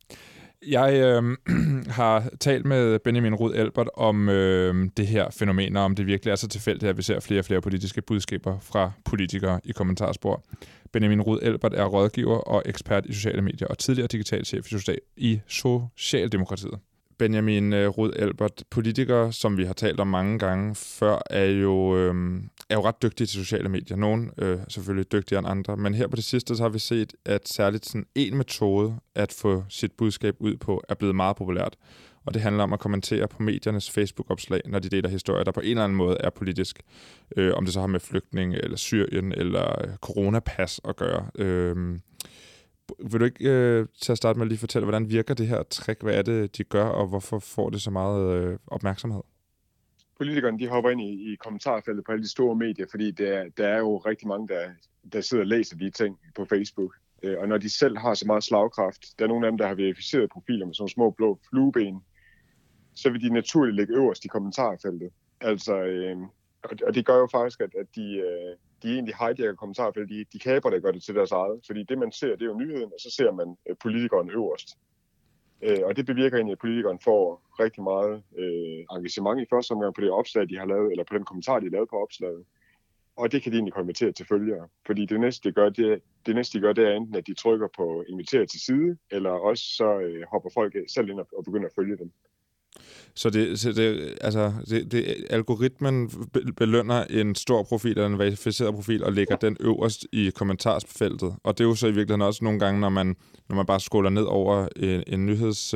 A: Jeg øh, har talt med Benjamin Rud Elbert om øh, det her fænomen, og om det virkelig er så tilfældigt, at vi ser flere og flere politiske budskaber fra politikere i kommentarspor. Benjamin Rud Elbert er rådgiver og ekspert i sociale medier og tidligere digitalchef i Socialdemokratiet. Benjamin Rud Elbert, politikere, som vi har talt om mange gange før, er jo, øh, er jo ret dygtige til sociale medier. Nogle øh, selvfølgelig dygtigere end andre, men her på det sidste så har vi set, at særligt sådan en metode at få sit budskab ud på er blevet meget populært. Og det handler om at kommentere på mediernes Facebook-opslag, når de deler historier, der på en eller anden måde er politisk. Øh, om det så har med flygtninge, eller Syrien, eller coronapas at gøre. Øh, vil du ikke øh, til at starte med at lige fortælle, hvordan virker det her trick? Hvad er det, de gør, og hvorfor får det så meget øh, opmærksomhed?
C: Politikerne de hopper ind i, i kommentarfeltet på alle de store medier, fordi der, der er jo rigtig mange, der, der sidder og læser de ting på Facebook. Øh, og når de selv har så meget slagkraft, der er nogle af dem, der har verificeret profiler med sådan små blå flueben, så vil de naturligt ligge øverst i kommentarfeltet. Altså, øh, og det gør jo faktisk, at, at de, øh, de egentlig hijacker kommentarfeltet. De, de kaber det og gør det til deres eget. Fordi det, man ser, det er jo nyheden, og så ser man øh, politikeren øverst. Øh, og det bevirker egentlig, at politikeren får rigtig meget øh, engagement i første omgang på det opslag, de har lavet, eller på den kommentar, de har lavet på opslaget. Og det kan de egentlig konvertere til følgere. Fordi det næste, de gør, det, det næste, de gør, det er enten, at de trykker på invitere til side, eller også så øh, hopper folk selv ind og, og begynder at følge dem.
A: Så det, så det, altså, det, det, algoritmen belønner en stor profil eller en verificeret profil og lægger den øverst i kommentarsfeltet. Og det er jo så i virkeligheden også nogle gange, når man, når man bare scroller ned over en, en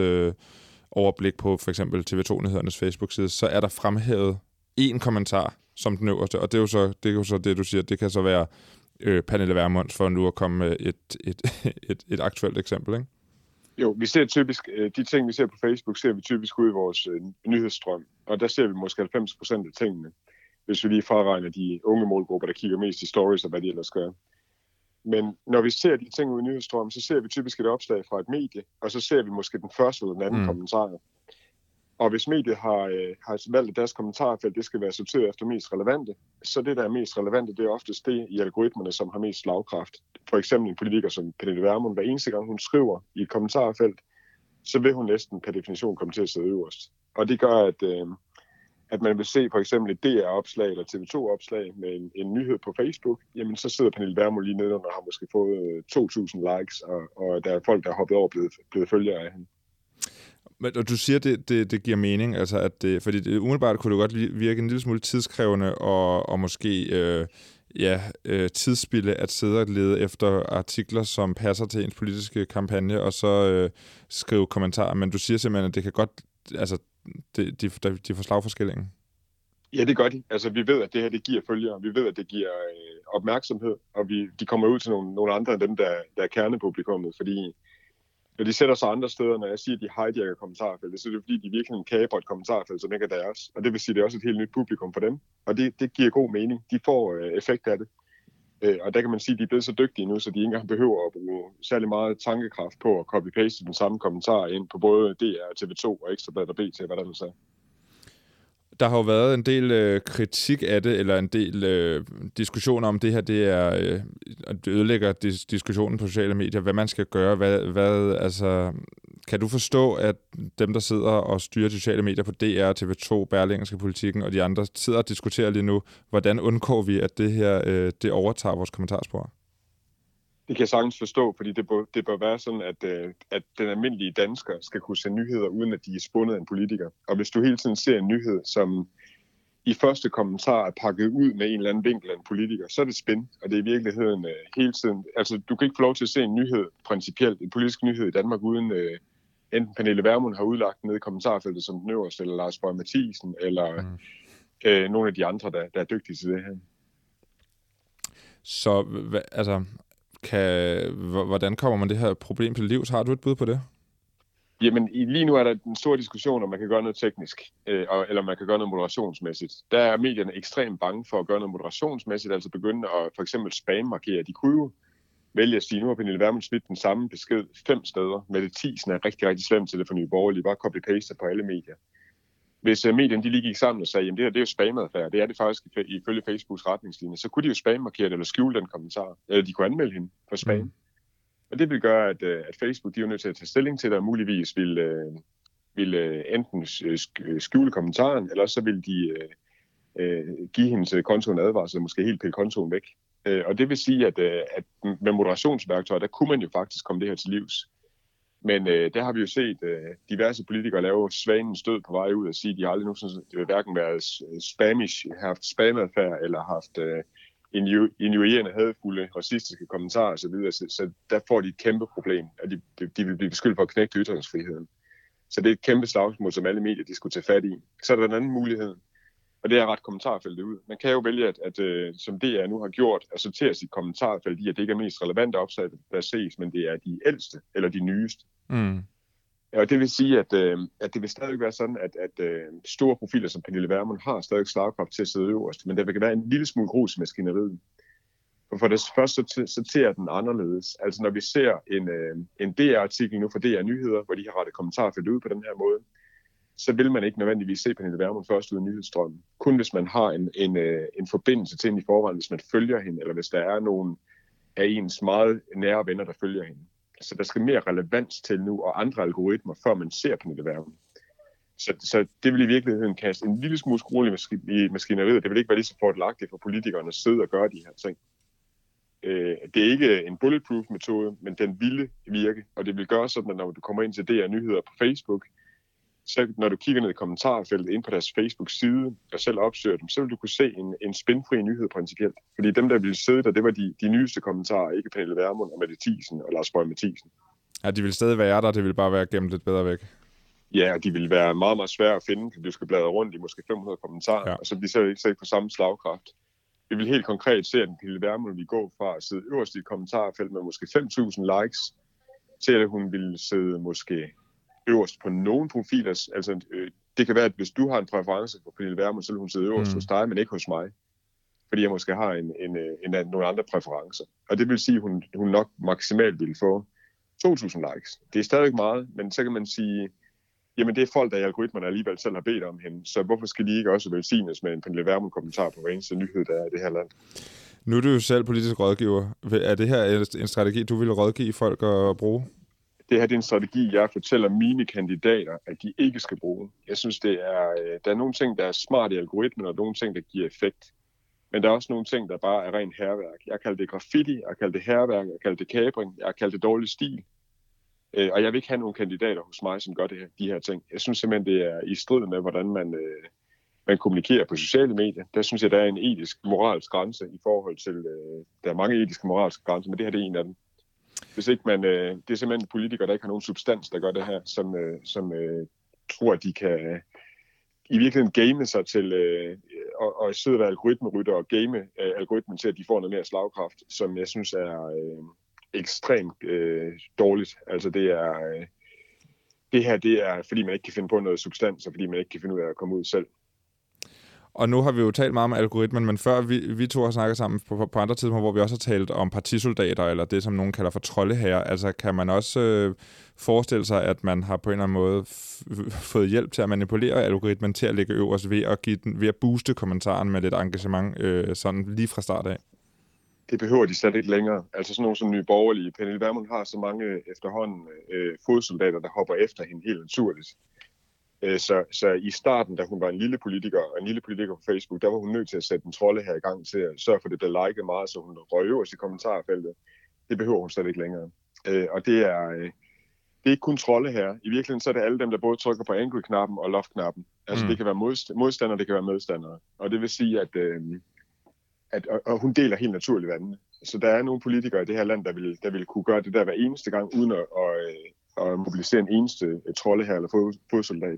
A: nyhedsoverblik øh, på for eksempel T V to-nyhedernes Facebook-side, så er der fremhævet én kommentar, som den øverste. Og det er jo så det, er jo så det du siger, det kan så være øh, Pernille Vermund, for nu at komme med et, et, et, et aktuelt eksempel, ikke?
C: Jo, vi ser typisk, de ting, vi ser på Facebook, ser vi typisk ud i vores øh, nyhedsstrøm. Og der ser vi måske halvfems procent af tingene, hvis vi lige fraregner de unge målgrupper, der kigger mest i stories og hvad de ellers gør. Men når vi ser de ting ud i nyhedsstrøm, så ser vi typisk et opslag fra et medie, og så ser vi måske den første eller den anden mm. kommentar. Og hvis mediet har, øh, har valgt, at deres kommentarfelt det skal være sorteret efter mest relevante, så det, der er mest relevante, det er oftest det i algoritmerne, som har mest slagkraft. For eksempel en politiker som Pernille Vermund, hver eneste gang hun skriver i et kommentarfelt, så vil hun næsten per definition komme til at sidde øverst. Og det gør, at, øh, at man vil se for eksempel et D R-opslag eller T V to-opslag med en, en nyhed på Facebook, jamen så sidder Pernille Vermund lige nede, og har måske fået to tusind likes, og, og der er folk, der er hoppet over og blevet, blevet følgere af hende.
A: Men du siger, det, det, det giver mening, altså at det, fordi det, umiddelbart kunne det godt virke en lille smule tidskrævende og, og måske øh, ja, øh, tidsspilde at sidde og lede efter artikler, som passer til ens politiske kampagne, og så øh, skrive kommentarer. Men du siger simpelthen, at det kan godt, altså de, de, de får slagforskellingen.
C: Ja, det gør de. Altså, vi ved, at det her det giver følgere. Vi ved, at det giver øh, opmærksomhed, og vi, de kommer ud til nogle, nogle andre end dem, der, der er kernepublikummet, fordi når de sætter sig andre steder, når jeg siger, at de hijacker kommentarfeltet, så er det fordi, de virkelig kaprer et kommentarfelt, som ikke er deres. Og det vil sige, at det er også et helt nyt publikum for dem. Og det, det giver god mening. De får øh, effekt af det. Øh, og der kan man sige, at de er blevet så dygtige nu, så de ikke engang behøver at bruge særlig meget tankekraft på at copy-paste den samme kommentar ind på både D R, T V to og Ekstrabladet og B T, hvad der nu sagde.
A: Der har jo været en del øh, kritik af det, eller en del øh, diskussioner om det her. Det er øh, det ødelægger dis- diskussionen på sociale medier, hvad man skal gøre. Hvad, hvad, altså, kan du forstå, at dem, der sidder og styrer de sociale medier på D R, T V to, Berlingske Politikken og de andre, sidder og diskuterer lige nu, hvordan undgår vi, at det her øh, det overtager vores kommentarspor?
C: Det kan jeg sagtens forstå, fordi det bør, det bør være sådan, at, at den almindelige dansker skal kunne se nyheder, uden at de er spundet af en politiker. Og hvis du hele tiden ser en nyhed, som i første kommentar er pakket ud med en eller anden vinkel af en politiker, så er det spin, og det er i virkeligheden uh, hele tiden. Altså, du kan ikke få lov til at se en nyhed, principielt, en politisk nyhed i Danmark, uden uh, enten Pernille Vermund har udlagt nede i kommentarfeltet som den øverste, eller Lars Boje Mathiesen, eller mm. uh, nogle af de andre, der, der er dygtige til det her.
A: Så, hva, altså... Kan, hvordan kommer man det her problem til livs? Har du et bud på det?
C: Jamen, lige nu er der en stor diskussion, om man kan gøre noget teknisk, øh, eller man kan gøre noget moderationsmæssigt. Der er medierne ekstremt bange for at gøre noget moderationsmæssigt, altså begynde at for eksempel spam-markere. De kunne jo vælge at sige, nu har Pernille Vermund smidt den samme besked fem steder. Mette Thiesen er rigtig, rigtig slemt til det for Nye Borgerlige. Bare copy-paste på alle medier. Hvis uh, medierne de lige gik sammen og sagde, jamen det her det er jo spamadfærd, det er det faktisk ifølge Facebooks retningslinjer, så kunne de jo spam-markere det eller skjule den kommentar, eller de kunne anmelde hende for spam. Mm. Og det vil gøre, at, uh, at Facebook de er jo nødt til at tage stilling til det, og muligvis vil, uh, vil uh, enten skjule kommentaren, eller så vil de uh, uh, give hendes konto en advarsel, og måske helt pille kontoen væk. Uh, og det vil sige, at, uh, at med moderationsværktøjer, der kunne man jo faktisk komme det her til livs. Men øh, der har vi jo set øh, diverse politikere lave svanen stød på vej ud og sige, at de har aldrig nogensinde øh, hverken været spamish, haft spamadfærd eller haft øh, injurierende, hadfulde, racistiske kommentarer osv. Så, så der får de et kæmpe problem, at de, de vil blive beskyldt for at knægte ytringsfriheden. Så det er et kæmpe slagsmål, som alle medier de skulle tage fat i. Så er der en anden mulighed, og det er ret kommentarfeltet ud. Man kan jo vælge, at, at øh, som D R nu har gjort, at sortere sit kommentarfelt i, at det ikke er mest relevante opslag, der ses, men det er de ældste eller de nyeste. Mm. Ja, og det vil sige, at, øh, at det vil stadig være sådan, at, at øh, store profiler som Pernille Vermund har stadig slagkraft til at sidde øverst, men der vil være en lille smule grus i maskineriet. For, for det første så sorterer den anderledes. Altså når vi ser en, øh, en D R-artikel nu fra D R Nyheder, hvor de har rettet kommentarfelt ud på den her måde, så vil man ikke nødvendigvis se Pernille Vermund først ud af nyhedsstrømmen. Kun hvis man har en, en, en forbindelse til hende i forvejen, hvis man følger hende, eller hvis der er nogen af ens meget nære venner, der følger hende. Så der skal mere relevans til nu, og andre algoritmer, før man ser Pernille Vermund. Så, så det vil i virkeligheden kaste en lille smule skrue i, maski- i maskineriet. Det vil ikke være lige så fordelagtigt for politikerne at sidde og gøre de her ting. Øh, det er ikke en bulletproof metode, men den ville virke. Og det vil gøre sådan, at når du kommer ind til D R Nyheder på Facebook, så når du kigger ned i kommentarfeltet ind på deres Facebook-side og selv opsøger dem, så vil du kunne se en, en spinfri nyhed principielt. Fordi dem, der ville sidde der, det var de, de nyeste kommentarer, ikke Pernille Vermund og Mette Thiesen og Lars Boje Mathiesen.
A: Ja, de vil stadig være der, det vil bare være gemt lidt bedre væk.
C: Ja, og de vil være meget, meget svære at finde, fordi du skal bladre rundt i måske fem hundrede kommentarer, ja. Og så bliver så ikke, så ikke på samme slagkraft. Vi vil helt konkret se, at Pernille Vermund vil gå fra at sidde øverst i et kommentarfelt med måske fem tusind likes, til at hun vil sidde måske øverst på nogle profiler. Altså, øh, det kan være, at hvis du har en præference for Pernille Vermund, så vil hun sidde øverst mm. hos dig, men ikke hos mig. Fordi jeg måske har en, en, en, en, nogle andre præferencer. Og det vil sige, at hun, hun nok maksimalt vil få to tusind likes. Det er stadig meget, men så kan man sige, jamen det er folk, der i algoritmerne alligevel selv har bedt om hende, så hvorfor skal de ikke også velsignes med en Pernille Vermund-kommentar på hver eneste nyhed, der er i det her land?
A: Nu er du jo selv politisk rådgiver. Er det her en strategi, du vil rådgive folk at bruge?
C: Det her det er en strategi, jeg fortæller mine kandidater, at de ikke skal bruge. Jeg synes, det er, der er nogle ting, der er smart i algoritmen, og nogle ting, der giver effekt. Men der er også nogle ting, der bare er ren hærværk. Jeg kalder det graffiti, jeg kalder det hærværk, jeg kalder det kapring, jeg kalder det dårlig stil. Øh, og jeg vil ikke have nogle kandidater hos mig, som gør det her, de her ting. Jeg synes simpelthen, det er i strid med, hvordan man, øh, man kommunikerer på sociale medier. Der synes jeg, der er en etisk, moralsk grænse i forhold til... Øh, der er mange etiske, moralske grænser, men det her det er en af dem. Hvis ikke man... Øh, det er simpelthen politikere, der ikke har nogen substans, der gør det her, som, øh, som øh, tror, at de kan i virkeligheden game sig til... Øh, og, og sidde og være algoritmerytter og game øh, algoritmen til, at de får noget mere slagkraft, som jeg synes er... Øh, ekstremt øh, dårligt. Altså det er øh, det her, det er fordi man ikke kan finde på noget substans, og fordi man ikke kan finde ud af at komme ud selv.
A: Og nu har vi jo talt meget om algoritmen, men før vi, vi to har snakket sammen på, på andre tidspunkter, hvor vi også har talt om partisoldater, eller det, som nogen kalder for troldeherrer, altså kan man også øh, forestille sig, at man har på en eller anden måde f- fået hjælp til at manipulere algoritmen til at ligge øverst ved at, give den, ved at booste kommentaren med lidt engagement øh, sådan lige fra start af?
C: Det behøver de slet ikke længere. Altså sådan nogle som Nye Borgerlige. Pernille Vermund har så mange efterhånden øh, fodsoldater, der hopper efter hende helt naturligt. Øh, så, så i starten, da hun var en lille politiker, og en lille politiker på Facebook, der var hun nødt til at sætte en trolde her i gang til at sørge for, at det blev liket meget, så hun røg øverst i kommentarfeltet. Det behøver hun slet ikke længere. Øh, og det er, øh, det er ikke kun trolde her. I virkeligheden så er det alle dem, der både trykker på angry-knappen og love-knappen. Altså mm. det kan være modst- modstandere, det kan være medstandere. Og det vil sige, at... Øh, At, og, og hun deler helt naturligt vandene. Så der er nogle politikere i det her land, der vil, der vil kunne gøre det der hver eneste gang, uden at, at, at mobilisere en eneste trolde her eller fod, fodsoldat.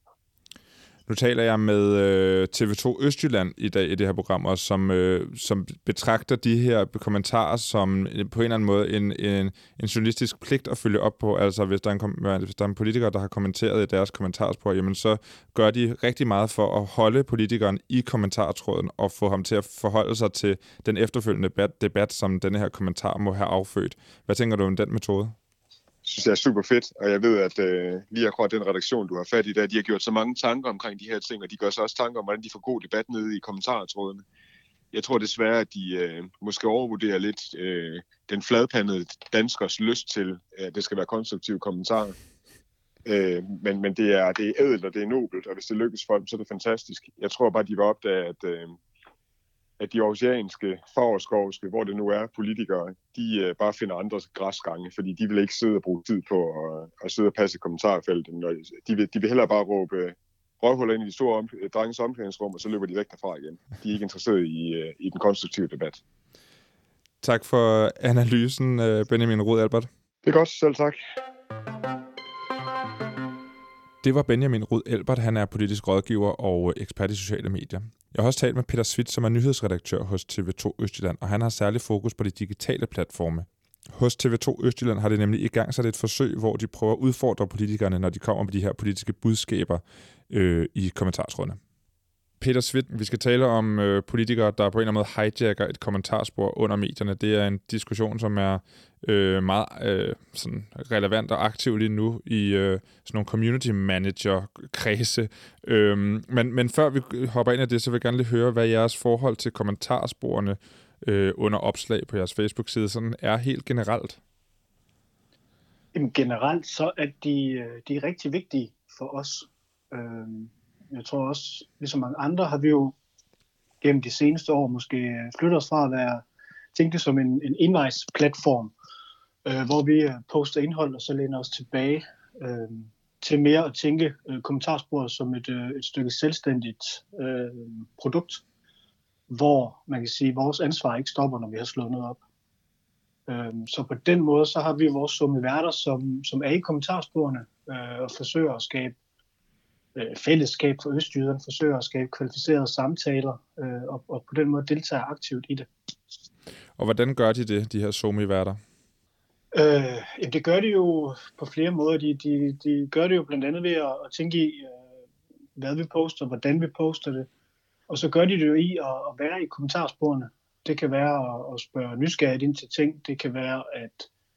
A: Nu taler jeg med øh, T V to Østjylland i dag i det her program, og som, øh, som betragter de her kommentarer som på en eller anden måde en, en, en journalistisk pligt at følge op på. Altså hvis der er en, hvis der er en politiker, der har kommenteret i deres kommentarspor, jamen så gør de rigtig meget for at holde politikeren i kommentartråden og få ham til at forholde sig til den efterfølgende debat, debat som denne her kommentar må have affødt. Hvad tænker du om den metode?
C: Synes jeg er super fedt, og jeg ved, at øh, lige akkurat den redaktion, du har fat i der, de har gjort så mange tanker omkring de her ting, og de gør så også tanker om, hvordan de får god debat nede i kommentartrådene. Jeg tror desværre, at de øh, måske overvurderer lidt øh, den fladpandede danskers lyst til, at det skal være konstruktive kommentarer. Øh, men men det, er, det er ædelt, og det er nobelt, og hvis det lykkes for dem, så er det fantastisk. Jeg tror bare, de vil opdage, at... Øh, at de aarhusianske, fagerskovske, hvor det nu er, politikere, de øh, bare finder andre græsgange, fordi de vil ikke sidde og bruge tid på at, at sidde og passe i kommentarfeltet. De vil, de vil hellere bare råbe røvhuller ind i de store om, drenges omklædningsrum, og så løber de væk derfra igen. De er ikke interesseret i, øh, i den konstruktive debat.
A: Tak for analysen, Benjamin Rud Albert.
C: Det er godt, selv tak.
A: Det var Benjamin Rud Albert. Han er politisk rådgiver og ekspert i sociale medier. Jeg har også talt med Peter Svit, som er nyhedsredaktør hos T V to Østjylland, og han har særlig fokus på de digitale platforme. Hos T V to Østjylland har det nemlig i gang sat et forsøg, hvor de prøver at udfordre politikerne, når de kommer med de her politiske budskaber øh, i kommentartrådene. Peter Svit, vi skal tale om øh, politikere, der på en eller anden måde hijacker et kommentarspor under medierne. Det er en diskussion, som er øh, meget øh, sådan relevant og aktiv lige nu i øh, sådan nogle community manager-kredse. Øh, men, men før vi hopper ind i det, så vil jeg gerne lige høre, hvad jeres forhold til kommentarsporene øh, under opslag på jeres Facebook-side sådan er helt generelt.
D: Jamen, generelt så er de, de er rigtig vigtige for os. Øh... Jeg tror også, ligesom mange andre, har vi jo gennem de seneste år måske flyttet os fra at være tænkt det som en, en envejsplatform, øh, hvor vi poster indhold og så læner os tilbage øh, til mere at tænke øh, kommentarsporet som et, øh, et stykke selvstændigt øh, produkt, hvor man kan sige, at vores ansvar ikke stopper, når vi har slået noget op. Øh, så på den måde, så har vi vores summe værter, som, som er i kommentarsporene øh, og forsøger at skabe øh, fællesskab for østjyderne, forsøger at skabe kvalificerede samtaler øh, og, og på den måde deltager aktivt i det.
A: Og hvordan gør de det, de her SoMe-værter?
D: Øh, jamen det gør de jo på flere måder. De, de, de gør det jo blandt andet ved at, at tænke i, øh, hvad vi poster, hvordan vi poster det. Og så gør de det jo i at, at være i kommentarsporene. Det kan være at, at spørge nysgerrigt ind til ting. Det kan være at,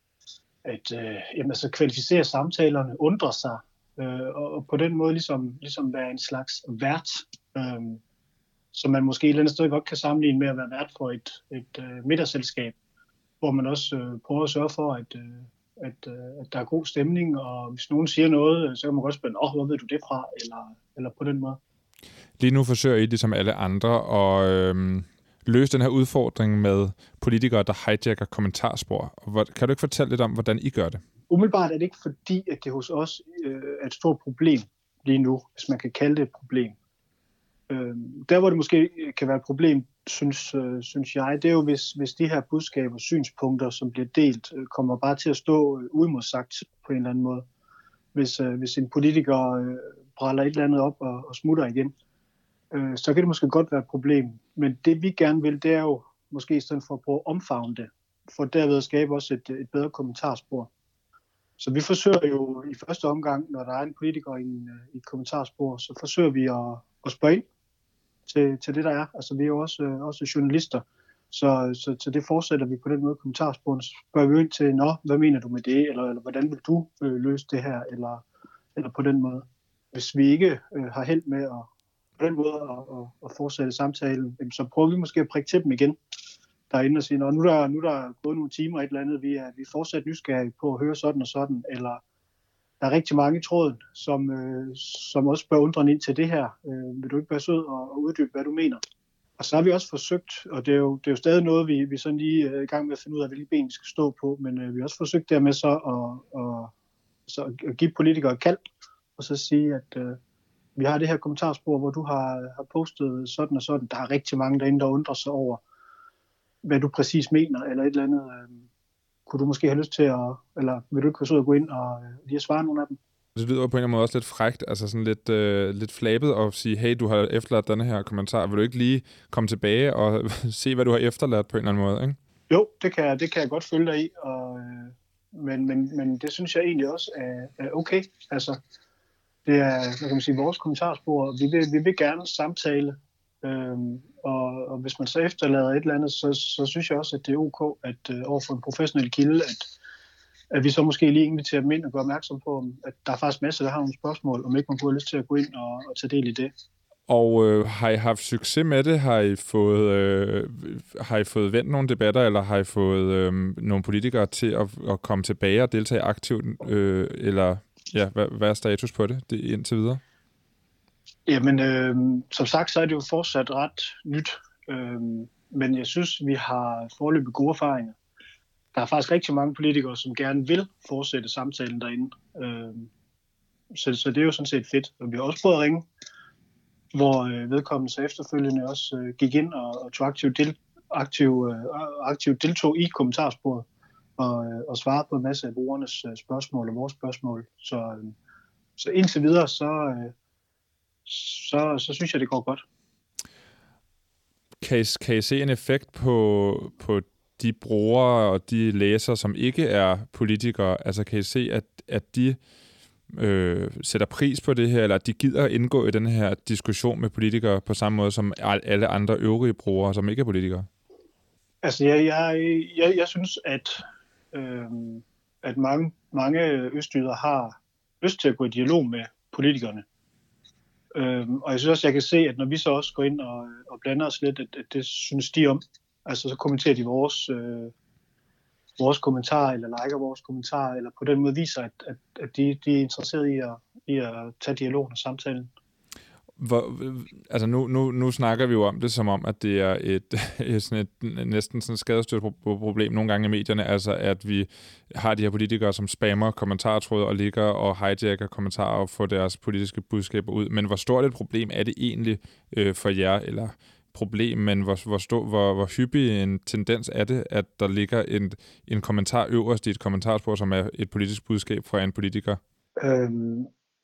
D: at øh, jamen, altså kvalificere samtalerne, undre sig. Øh, og, og på den måde ligesom, ligesom være en slags vært. Øh, som man måske et eller andet sted godt kan sammenligne med at være vært for et, et øh, middagsselskab, hvor man også øh, prøver at sørge for, at, øh, at, øh, at der er god stemning, og hvis nogen siger noget, så kan man godt spørge, åh, hvor ved du det fra, eller, eller på den måde.
A: Lige nu forsøger I, ligesom alle andre, at øh, løse den her udfordring med politikere, der hijacker kommentarspor. Kan du ikke fortælle lidt om, hvordan I gør det?
D: Umiddelbart er det ikke fordi, at det hos os øh, er et stort problem lige nu, hvis man kan kalde det et problem. Øh, der, hvor det måske kan være et problem, synes, øh, synes jeg, det er jo, hvis, hvis de her budskaber, synspunkter, som bliver delt, øh, kommer bare til at stå øh, uimodsagt på en eller anden måde. Hvis, øh, hvis en politiker øh, bræller et eller andet op og, og smutter igen, øh, så kan det måske godt være et problem. Men det vi gerne vil, det er jo måske i stedet for at prøve at omfavne det, for derved at skabe også et, et bedre kommentarspor. Så vi forsøger jo i første omgang, når der er en politiker i, en, i et kommentarspor, så forsøger vi at, at spørge ind til, til det, der er. Altså vi er jo også, øh, også journalister, så, så, så det fortsætter vi på den måde kommentarsporen. Så spørger vi ind til, nå, hvad mener du med det, eller, eller hvordan vil du øh, løse det her, eller, eller på den måde. Hvis vi ikke øh, har held med at, på den måde at, at, at fortsætte samtalen, så prøver vi måske at prikke til dem igen derinde og sige, nå, nu er der, nu er der gået nogle timer et eller andet, vi er, vi er fortsat nysgerrige på at høre sådan og sådan, eller der er rigtig mange i tråden, som, øh, som også bør undre ind til det her. Øh, vil du ikke være sød og, og uddybe, hvad du mener? Og så har vi også forsøgt, og det er jo, det er jo stadig noget, vi, vi sådan lige er i gang med at finde ud af, hvilke ben vi skal stå på, men øh, vi har også forsøgt dermed så at, at, så at give politikere et kald, og så sige, at øh, vi har det her kommentarspor, hvor du har, har postet sådan og sådan. Der er rigtig mange derinde, der undrer sig over, hvad du præcis mener, eller et eller andet. Øh, kunne du måske have lyst til at, eller vil du ikke være sød at gå ind og øh, lige svare nogle af dem?
A: Det lyder på en eller anden måde også lidt frækt, altså sådan lidt, øh, lidt flabet at sige, hey, du har efterladt denne her kommentar. Vil du ikke lige komme tilbage og se, hvad du har efterladt på en eller anden måde, ikke?
D: Jo, det kan, det kan jeg godt følge dig i, og, øh, men, men, men det synes jeg egentlig også er, er okay. Altså, det er, hvad kan man sige, vores kommentarspor. Vi vil, vi vil gerne samtale, øh, og, og hvis man så efterlader et eller andet, så, så synes jeg også, at det er ok, at øh, overfor en professionel kilde, at at vi så måske lige inviterer dem ind og gør opmærksom på, at der er faktisk masser, der har nogle spørgsmål, om ikke man kunne have lyst til at gå ind og, og tage del i det.
A: Og øh, har I haft succes med det? Har I fået, øh, har I fået vendt nogle debatter, eller har I fået øh, nogle politikere til at, at komme tilbage og deltage aktivt? Øh, eller ja, hvad, hvad er status på det, det indtil videre?
D: Jamen, øh, som sagt, så er det jo fortsat ret nyt. Øh, men jeg synes, vi har foreløbig gode erfaringer. Der er faktisk rigtig mange politikere, som gerne vil fortsætte samtalen derinde. Øh, så, så det er jo sådan set fedt. Og vi har også prøvet at ringe, hvor øh, vedkommende så efterfølgende også øh, gik ind og, og tog aktivt, del, aktiv, øh, aktivt deltog i kommentarsporet og, øh, og svarede på en masse af brugernes øh, spørgsmål og vores spørgsmål. Så, øh, så indtil videre, så, øh, så, så synes jeg, det går godt.
A: Kan I, kan I se en effekt på, på de brugere og de læsere, som ikke er politikere? Altså kan I se, at, at de øh, sætter pris på det her, eller at de gider indgå i den her diskussion med politikere på samme måde som alle andre øvrige brugere, som ikke er politikere?
D: Altså jeg, jeg, jeg, jeg synes, at, øh, at mange, mange østjyder har lyst til at gå i dialog med politikerne. Øh, og jeg synes også, jeg kan se, at når vi så også går ind og, og blander os lidt, at, at det synes de om. Altså så kommenterer de vores, øh, vores kommentarer, eller liker vores kommentarer, eller på den måde viser, at, at, at de, de er interesserede i at, i at tage dialogen og samtalen.
A: Hvor, altså nu, nu, nu snakker vi jo om det som om, at det er et, et, sådan et næsten sådan et skadestyrt problem nogle gange i medierne, altså at vi har de her politikere, som spammer kommentartråde og ligger og hijacker kommentarer og får deres politiske budskaber ud. Men hvor stort et problem er det egentlig øh, for jer, eller problem, men hvor, hvor, stor, hvor, hvor hyppig en tendens er det, at der ligger en, en kommentar øverst i et kommentarspor, som er et politisk budskab fra en politiker?
D: Øhm,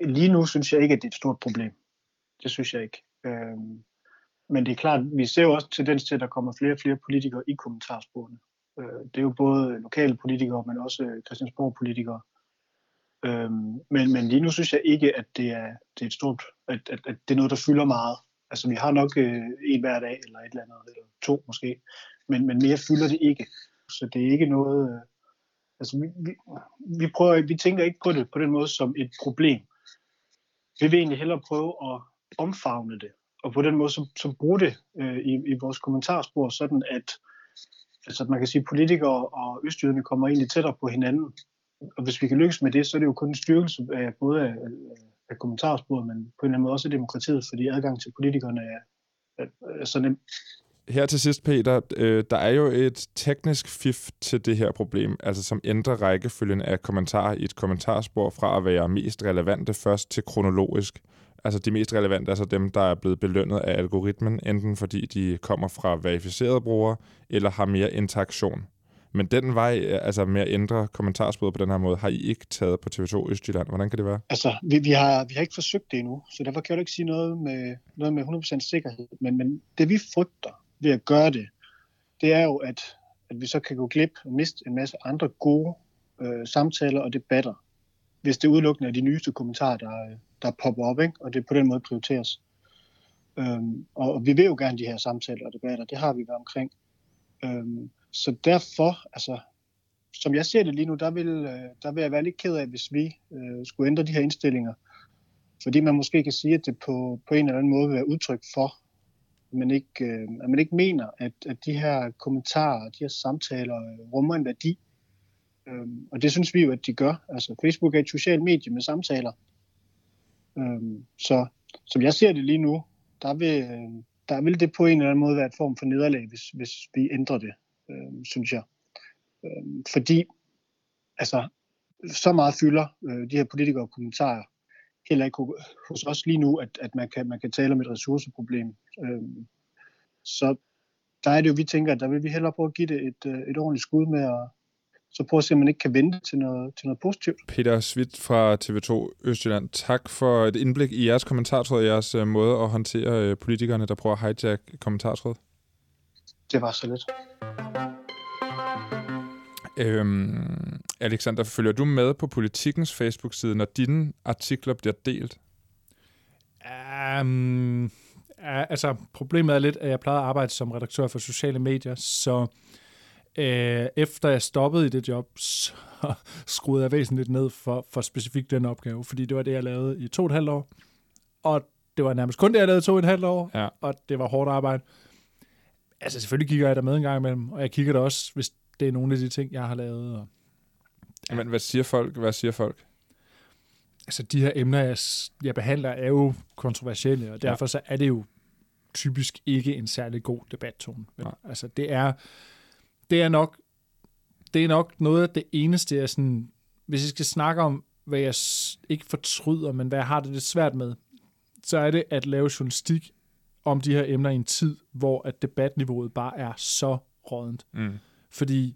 D: lige nu synes jeg ikke, at det er et stort problem. Det synes jeg ikke. Øhm, men det er klart, vi ser jo også tendens til, at der kommer flere og flere politikere i kommentarsporene. Øh, det er jo både lokale politikere, men også Christiansborg-politikere. Øhm, men, men lige nu synes jeg ikke, at det er, det er et stort, at, at, at det er noget, der fylder meget. Altså vi har nok øh, en hver dag, eller et eller andet, eller to måske, men, men mere fylder det ikke. Så det er ikke noget, øh, altså vi, vi, vi, prøver, vi tænker ikke på det på den måde som et problem. Vi vil egentlig hellere prøve at omfavne det, og på den måde så, så bruge det øh, i, i vores kommentarspor, sådan at, altså, at man kan sige, at politikere og østjyderne kommer egentlig tættere på hinanden. Og hvis vi kan lykkes med det, så er det jo kun en styrkelse af både af, af kommentarsporet, men på en eller anden måde også af demokratiet, fordi adgang til politikerne er, er, er så nemt.
A: Her til sidst, Peter, øh, der er jo et teknisk fif til det her problem, altså som ændrer rækkefølgen af kommentarer i et kommentarspor fra at være mest relevante først til kronologisk. Altså de mest relevante er så dem, der er blevet belønnet af algoritmen, enten fordi de kommer fra verificerede brugere, eller har mere interaktion. Men den vej, altså med at ændre kommentarsporet på den her måde, har I ikke taget på T V to Østjylland. Hvordan kan det være?
D: Altså, vi, vi, har, vi har ikke forsøgt det endnu, så derfor kan jeg jo ikke sige noget med, noget med hundrede procent sikkerhed. Men, men det vi frygter ved at gøre det, det er jo, at, at vi så kan gå glip og miste en masse andre gode øh, samtaler og debatter, hvis det udelukkende er de nyeste kommentarer, der, der popper op, ikke? Og det på den måde prioriteres. Øhm, og, og vi vil jo gerne de her samtaler og debatter, det har vi været omkring. Øhm, Så derfor, altså, som jeg ser det lige nu, der vil, der vil jeg være lidt ked af, hvis vi øh, skulle ændre de her indstillinger. Fordi man måske kan sige, at det på, på en eller anden måde vil være udtryk for, at man ikke, øh, at man ikke mener, at, at de her kommentarer, de her samtaler øh, rummer en værdi. Øhm, og det synes vi jo, at de gør. Altså, Facebook er et socialt medie med samtaler. Øhm, så som jeg ser det lige nu, der vil, øh, der vil det på en eller anden måde være et form for nederlag, hvis, hvis vi ændrer det. Øh, synes jeg. Øh, fordi altså, så meget fylder øh, de her politikere og kommentarer heller ikke hos os lige nu, at, at man, kan, man kan tale om et ressourceproblem. Øh, så der er det jo, vi tænker, at der vil vi hellere prøve at give det et, et ordentligt skud med at så prøve at se, om man ikke kan vente til noget, til noget positivt.
A: Peter Svit fra T V to Østjylland, tak for et indblik i jeres kommentartråd og jeres uh, måde at håndtere uh, politikerne, der prøver at hijack kommentartråd.
D: Det var så lidt.
A: Øhm, Alexander, følger du med på Politikens Facebook-side, når dine artikler bliver delt?
B: Um, altså, problemet er lidt, at jeg plejer at arbejde som redaktør for sociale medier, så øh, efter jeg stoppede i det job, så skruede jeg væsentligt ned for, for specifikt den opgave, fordi det var det, jeg lavede i to og et halvt år, og det var nærmest kun det, jeg lavede i to og et halvt år, ja. Og det var hårdt arbejde. Altså, selvfølgelig kigger jeg der med en gang imellem, og jeg kigger der også, hvis det er nogle af de ting, jeg har lavet. Og,
A: ja. Men hvad siger folk? Hvad siger folk?
B: Altså, de her emner, jeg, jeg behandler, er jo kontroversielle, og derfor ja. Så er det jo typisk ikke en særlig god debattone. Ja. Altså, det er, det er nok det er nok noget af det eneste, jeg sådan, hvis jeg skal snakke om, hvad jeg ikke fortryder, men hvad jeg har det lidt svært med, så er det at lave journalistik om de her emner i en tid, hvor at debatniveauet bare er så rådent. Mm. Fordi,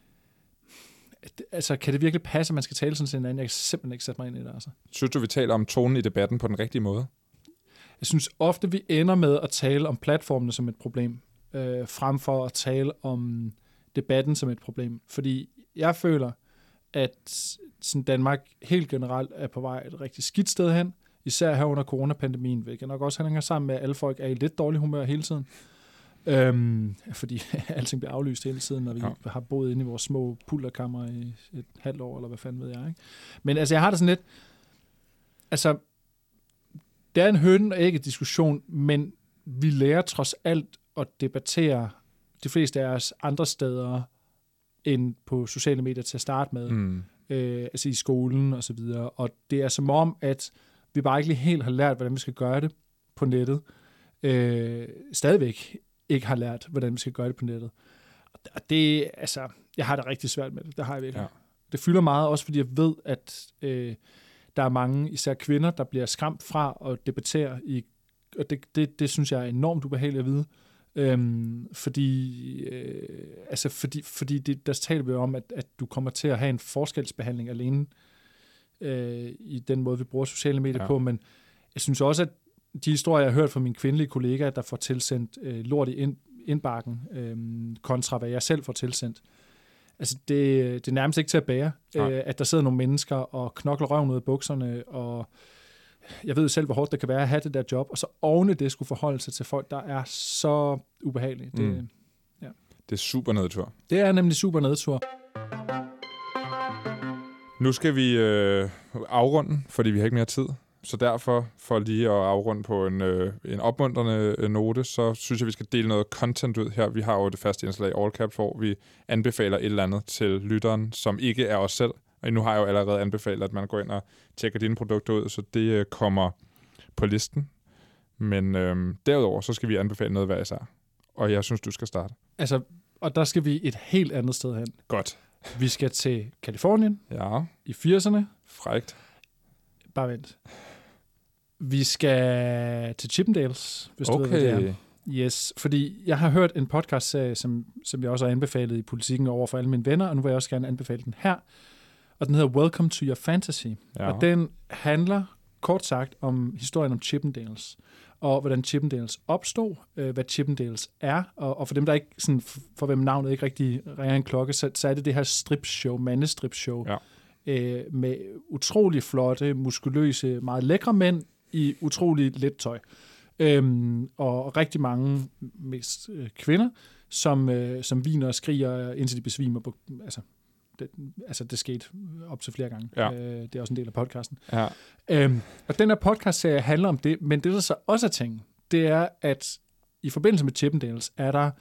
B: altså, kan det virkelig passe, at man skal tale sådan til hinanden? Jeg kan simpelthen ikke sætte mig ind i det, altså.
A: Synes du, vi taler om tonen i debatten på den rigtige måde?
B: Jeg synes ofte, vi ender med at tale om platformene som et problem, øh, frem for at tale om debatten som et problem. Fordi jeg føler, at sådan Danmark helt generelt er på vej et rigtig skidt sted hen, især her under coronapandemien, hvilket nok også hænger sammen med, at alle folk er i lidt dårlig humør hele tiden. Øhm, fordi alting bliver aflyst hele tiden, når vi ja. har boet inde i vores små pulterkammer i et halvt år, eller hvad fanden ved jeg, ikke? Men altså, jeg har det sådan lidt, altså, det er en høn og ikke diskussion, men vi lærer trods alt at debattere de fleste af os andre steder end på sociale medier til at starte med, mm. øh, altså i skolen og så videre, og det er som om, at vi bare ikke lige helt har lært, hvordan vi skal gøre det på nettet. Øh, stadigvæk ikke har lært, hvordan vi skal gøre det på nettet. Og det, altså, jeg har det rigtig svært med det. Det har jeg virkelig. Ja. Det fylder meget, også fordi jeg ved, at øh, der er mange, især kvinder, der bliver skræmt fra at debattere i, og det, det, det synes jeg er enormt ubehageligt at vide. Øhm, fordi, øh, altså fordi, fordi det, der taler vi om, at, at du kommer til at have en forskelsbehandling alene øh, i den måde, vi bruger sociale medier
A: Ja.
B: på, men jeg synes også, at de historier, jeg har hørt fra mine kvindelige kollegaer, der får tilsendt øh, lort i ind, indbakken, øh, kontra hvad jeg selv får tilsendt, altså det, det er nærmest ikke til at bære, øh, at der sidder nogle mennesker og knokler røven ud af bukserne, og jeg ved selv, hvor hårdt det kan være at have det der job, og så oven i det skulle forholde sig til folk, der er så ubehagelige. Det,
A: Mm.
B: ja.
A: Det er super nedtur.
B: det er nemlig super nedtur.
A: Nu skal vi øh, afrunde, fordi vi har ikke mere tid. Så derfor, for lige at afrunde på en, øh, en opmuntrende øh, note, så synes jeg, vi skal dele noget content ud her. Vi har jo det faste indslag i All Caps, hvor vi anbefaler et eller andet til lytteren, som ikke er os selv. Og nu har jeg jo allerede anbefalet, at man går ind og tjekker dine produkter ud, så det øh, kommer på listen. Men øh, derudover, så skal vi anbefale noget hver især. Og jeg synes, du skal starte.
B: Altså, og der skal vi et helt andet sted hen.
A: Godt.
B: Vi skal til Kalifornien
A: Ja,
B: i firserne.
A: frækt.
B: Bare vent. Vi skal til Chippendales, hvis du ved, hvad det
A: Okay.
B: er. Yes, fordi jeg har hørt en podcast-serie, som, som jeg også har anbefalet i Politikken over for alle mine venner, og nu vil jeg også gerne anbefale den her. Og den hedder Welcome to Your Fantasy.
A: Ja.
B: Og den handler kort sagt om historien om Chippendales, og hvordan Chippendales opstod, øh, hvad Chippendales er, og, og for dem, der ikke, sådan, for hvem navnet ikke rigtig ringer en klokke, så, så er det det her stripshow, mandestripshow,
A: Ja.
B: øh, med utrolig flotte, muskuløse, meget lækre mænd i utrolig let tøj. Øhm, og rigtig mange, mest øh, kvinder, som, øh, som viner og skriger, indtil de besvimer på, altså, det, altså det skete op til flere gange.
A: Ja.
B: Øh, det er også en del af podcasten.
A: Ja.
B: Øhm, og den her podcast-serie handler om det, men det, der så også er ting, det er, at i forbindelse med Chippendales er der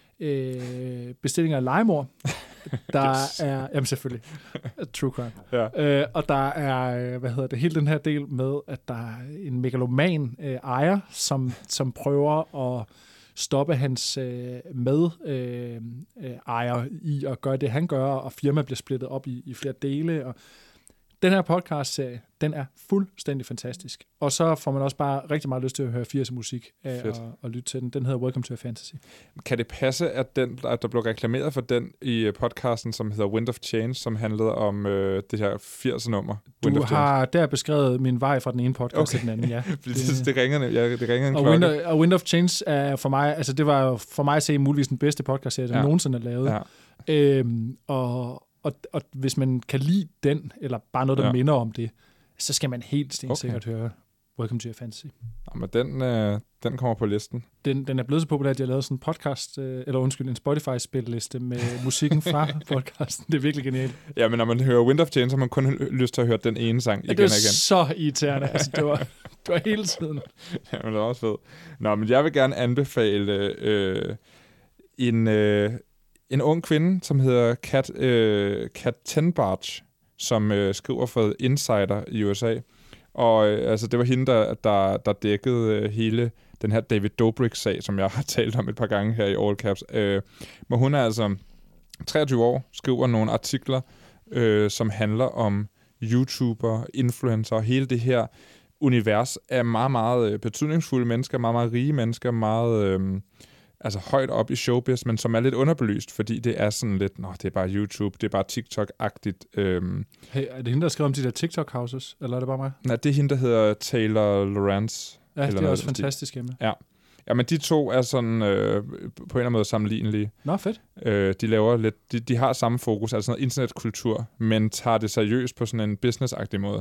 B: øh, bestillinger af legemord. Der
A: Yes.
B: er, jamen selvfølgelig, true crime.
A: Ja.
B: Øh, og der er, øh, hvad hedder det, hele den her del med, at der er en megaloman øh, ejer, som, som prøver at stoppe hans øh, med øh, øh, ejer i at gøre det, han gør, og firmaet bliver splittet op i, i flere dele. Og den her podcast-serie, den er fuldstændig fantastisk. Og så får man også bare rigtig meget lyst til at høre firserne musik af
A: Fedt.
B: og, og lytte til den. Den hedder Welcome to Your Fantasy.
A: Kan det passe, at, den, at der blev reklameret for den i podcasten, som hedder Wind of Change, som handlede om øh, det her firserne-nummer?
B: Du har der beskrevet min vej fra den ene podcast okay. til den anden, ja.
A: det, det, det, ringer, ja, det ringer en
B: og
A: klokke.
B: Wind, of, og Wind of Change er for mig, altså det var jo for mig at se muligvis den bedste podcast-serie, der
A: Ja.
B: nogensinde er lavet.
A: Ja.
B: Øhm, og, og, og hvis man kan lide den, eller bare noget, der
A: Ja.
B: minder om det, så skal man helt stensikkert
A: Okay.
B: høre Welcome to Your Fantasy.
A: Jamen, den, øh, den kommer på listen.
B: Den, den er blevet så populær, at jeg har lavet sådan en podcast, øh, eller undskyld, en Spotify-spilliste med musikken fra podcasten. Det er virkelig genialt.
A: Ja, men når man hører Wind of Change, så har man kun lyst til at høre den ene sang
B: Ja,
A: igen
B: det
A: og
B: er
A: igen.
B: så irriterende. Altså, det, var, det var hele tiden.
A: Ja, men det er også fedt. Nå, men jeg vil gerne anbefale øh, en, øh, en ung kvinde, som hedder Kat, øh, Kat Tenbarge, som øh, skriver for Insider i U S A. Og øh, altså, det var hende, der, der, der dækkede øh, hele den her David Dobrik-sag, som jeg har talt om et par gange her i All Caps. Øh, men hun er altså treogtyve år, skriver nogle artikler, øh, som handler om YouTuber, influencer, hele det her univers af meget, meget betydningsfulde mennesker, meget, meget rige mennesker, meget øh, altså højt op i showbiz, men som er lidt underbelyst, fordi det er sådan lidt, nå, det er bare YouTube, det er bare TikTok-agtigt. Øh,
B: Hey, er det hende, der skriver om de der TikTok-houses, eller er det bare mig?
A: nej, det er hende, der hedder Taylor Lorenz.
B: Ja,
A: eller
B: det er
A: noget
B: også
A: i den stil.
B: fantastisk emne.
A: Ja. Ja, men de to er sådan øh, på en eller anden måde sammenlignelige.
B: Nå, fedt.
A: Øh, de laver lidt, de, de har samme fokus, altså noget internetkultur, men tager det seriøst på sådan en business-agtig måde.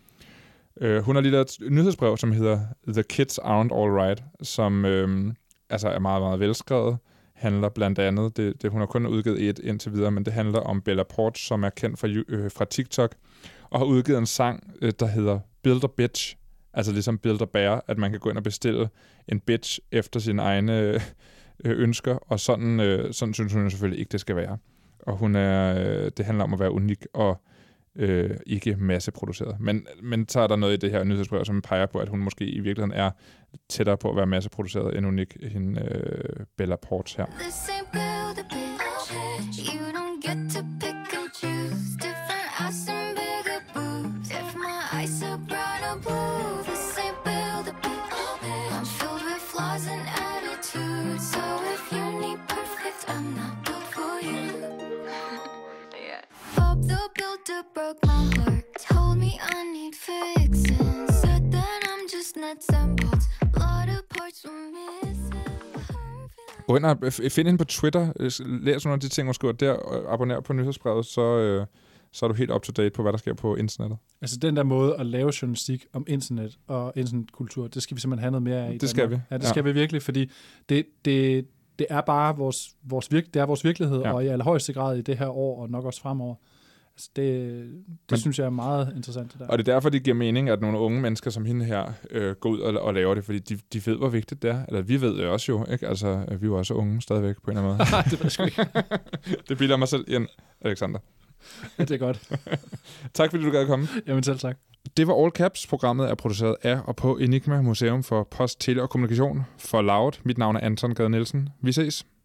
A: Øh, hun har lige lavet et nyhedsbrev, som hedder The Kids Aren't Alright, som øh, altså er meget, meget velskrevet. Handler blandt andet, det, det, hun har kun udgivet et indtil videre, men det handler om Bella Porch, som er kendt fra, øh, fra TikTok, og har udgivet en sang, øh, der hedder Build a Bitch. Altså ligesom Build a Bear, at man kan gå ind og bestille en bitch efter sine egne øh, ønsker, og sådan, øh, sådan synes hun selvfølgelig ikke, det skal være. Og hun er, øh, det handler om at være unik og øh, ikke masseproduceret. Men, men så er der noget i det her nyhedsbrev, som peger på, at hun måske i virkeligheden er tættere på at være masseproduceret end unik, hende øh, Bella Porch her.
E: This ain't build a bitch. You don't get to pick and choose. Different ass and bigger boobs. If my eyes are brighter blue, this ain't build a bitch. I'm filled with flaws and attitudes. So if you need perfect, I'm not built for you. Bob the Builder broke my heart. Told me
A: Gå ind og f- find hende på Twitter. Læs nogle af de ting, hun skriver der. Og abonner på nyhedsbrevet, så, øh, så er du helt up to date på, hvad der sker på internettet.
B: Altså den der måde at lave journalistik om internet og internetkultur, det skal vi simpelthen have noget mere af i
A: Det skal
B: Danmark.
A: vi.
B: Ja, det
A: Ja.
B: skal vi virkelig, fordi det, det, det er bare vores, vores, virke, det er vores virkelighed,
A: Ja.
B: og i allerhøjeste grad i det her år, og nok også fremover. Altså det, det
A: Men-
B: synes jeg er meget interessant. Det der.
A: Og det er derfor, det giver mening, at nogle unge mennesker som hende her øh, går ud og, og laver det, fordi de, de ved, hvor vigtigt det er. Eller vi ved det også jo, ikke? Altså, vi er jo også unge stadigvæk på en eller anden måde.
B: det ved jeg sgu ikke.
A: Det bilder mig selv ind, Alexander.
B: Ja, det er godt.
A: Tak fordi du gad komme.
B: Jamen selv tak.
A: Det var All Caps. Programmet er produceret af og på Enigma Museum for Post, Tele og Kommunikation for Loud. Mit navn er Anton Gade Nielsen. Vi ses.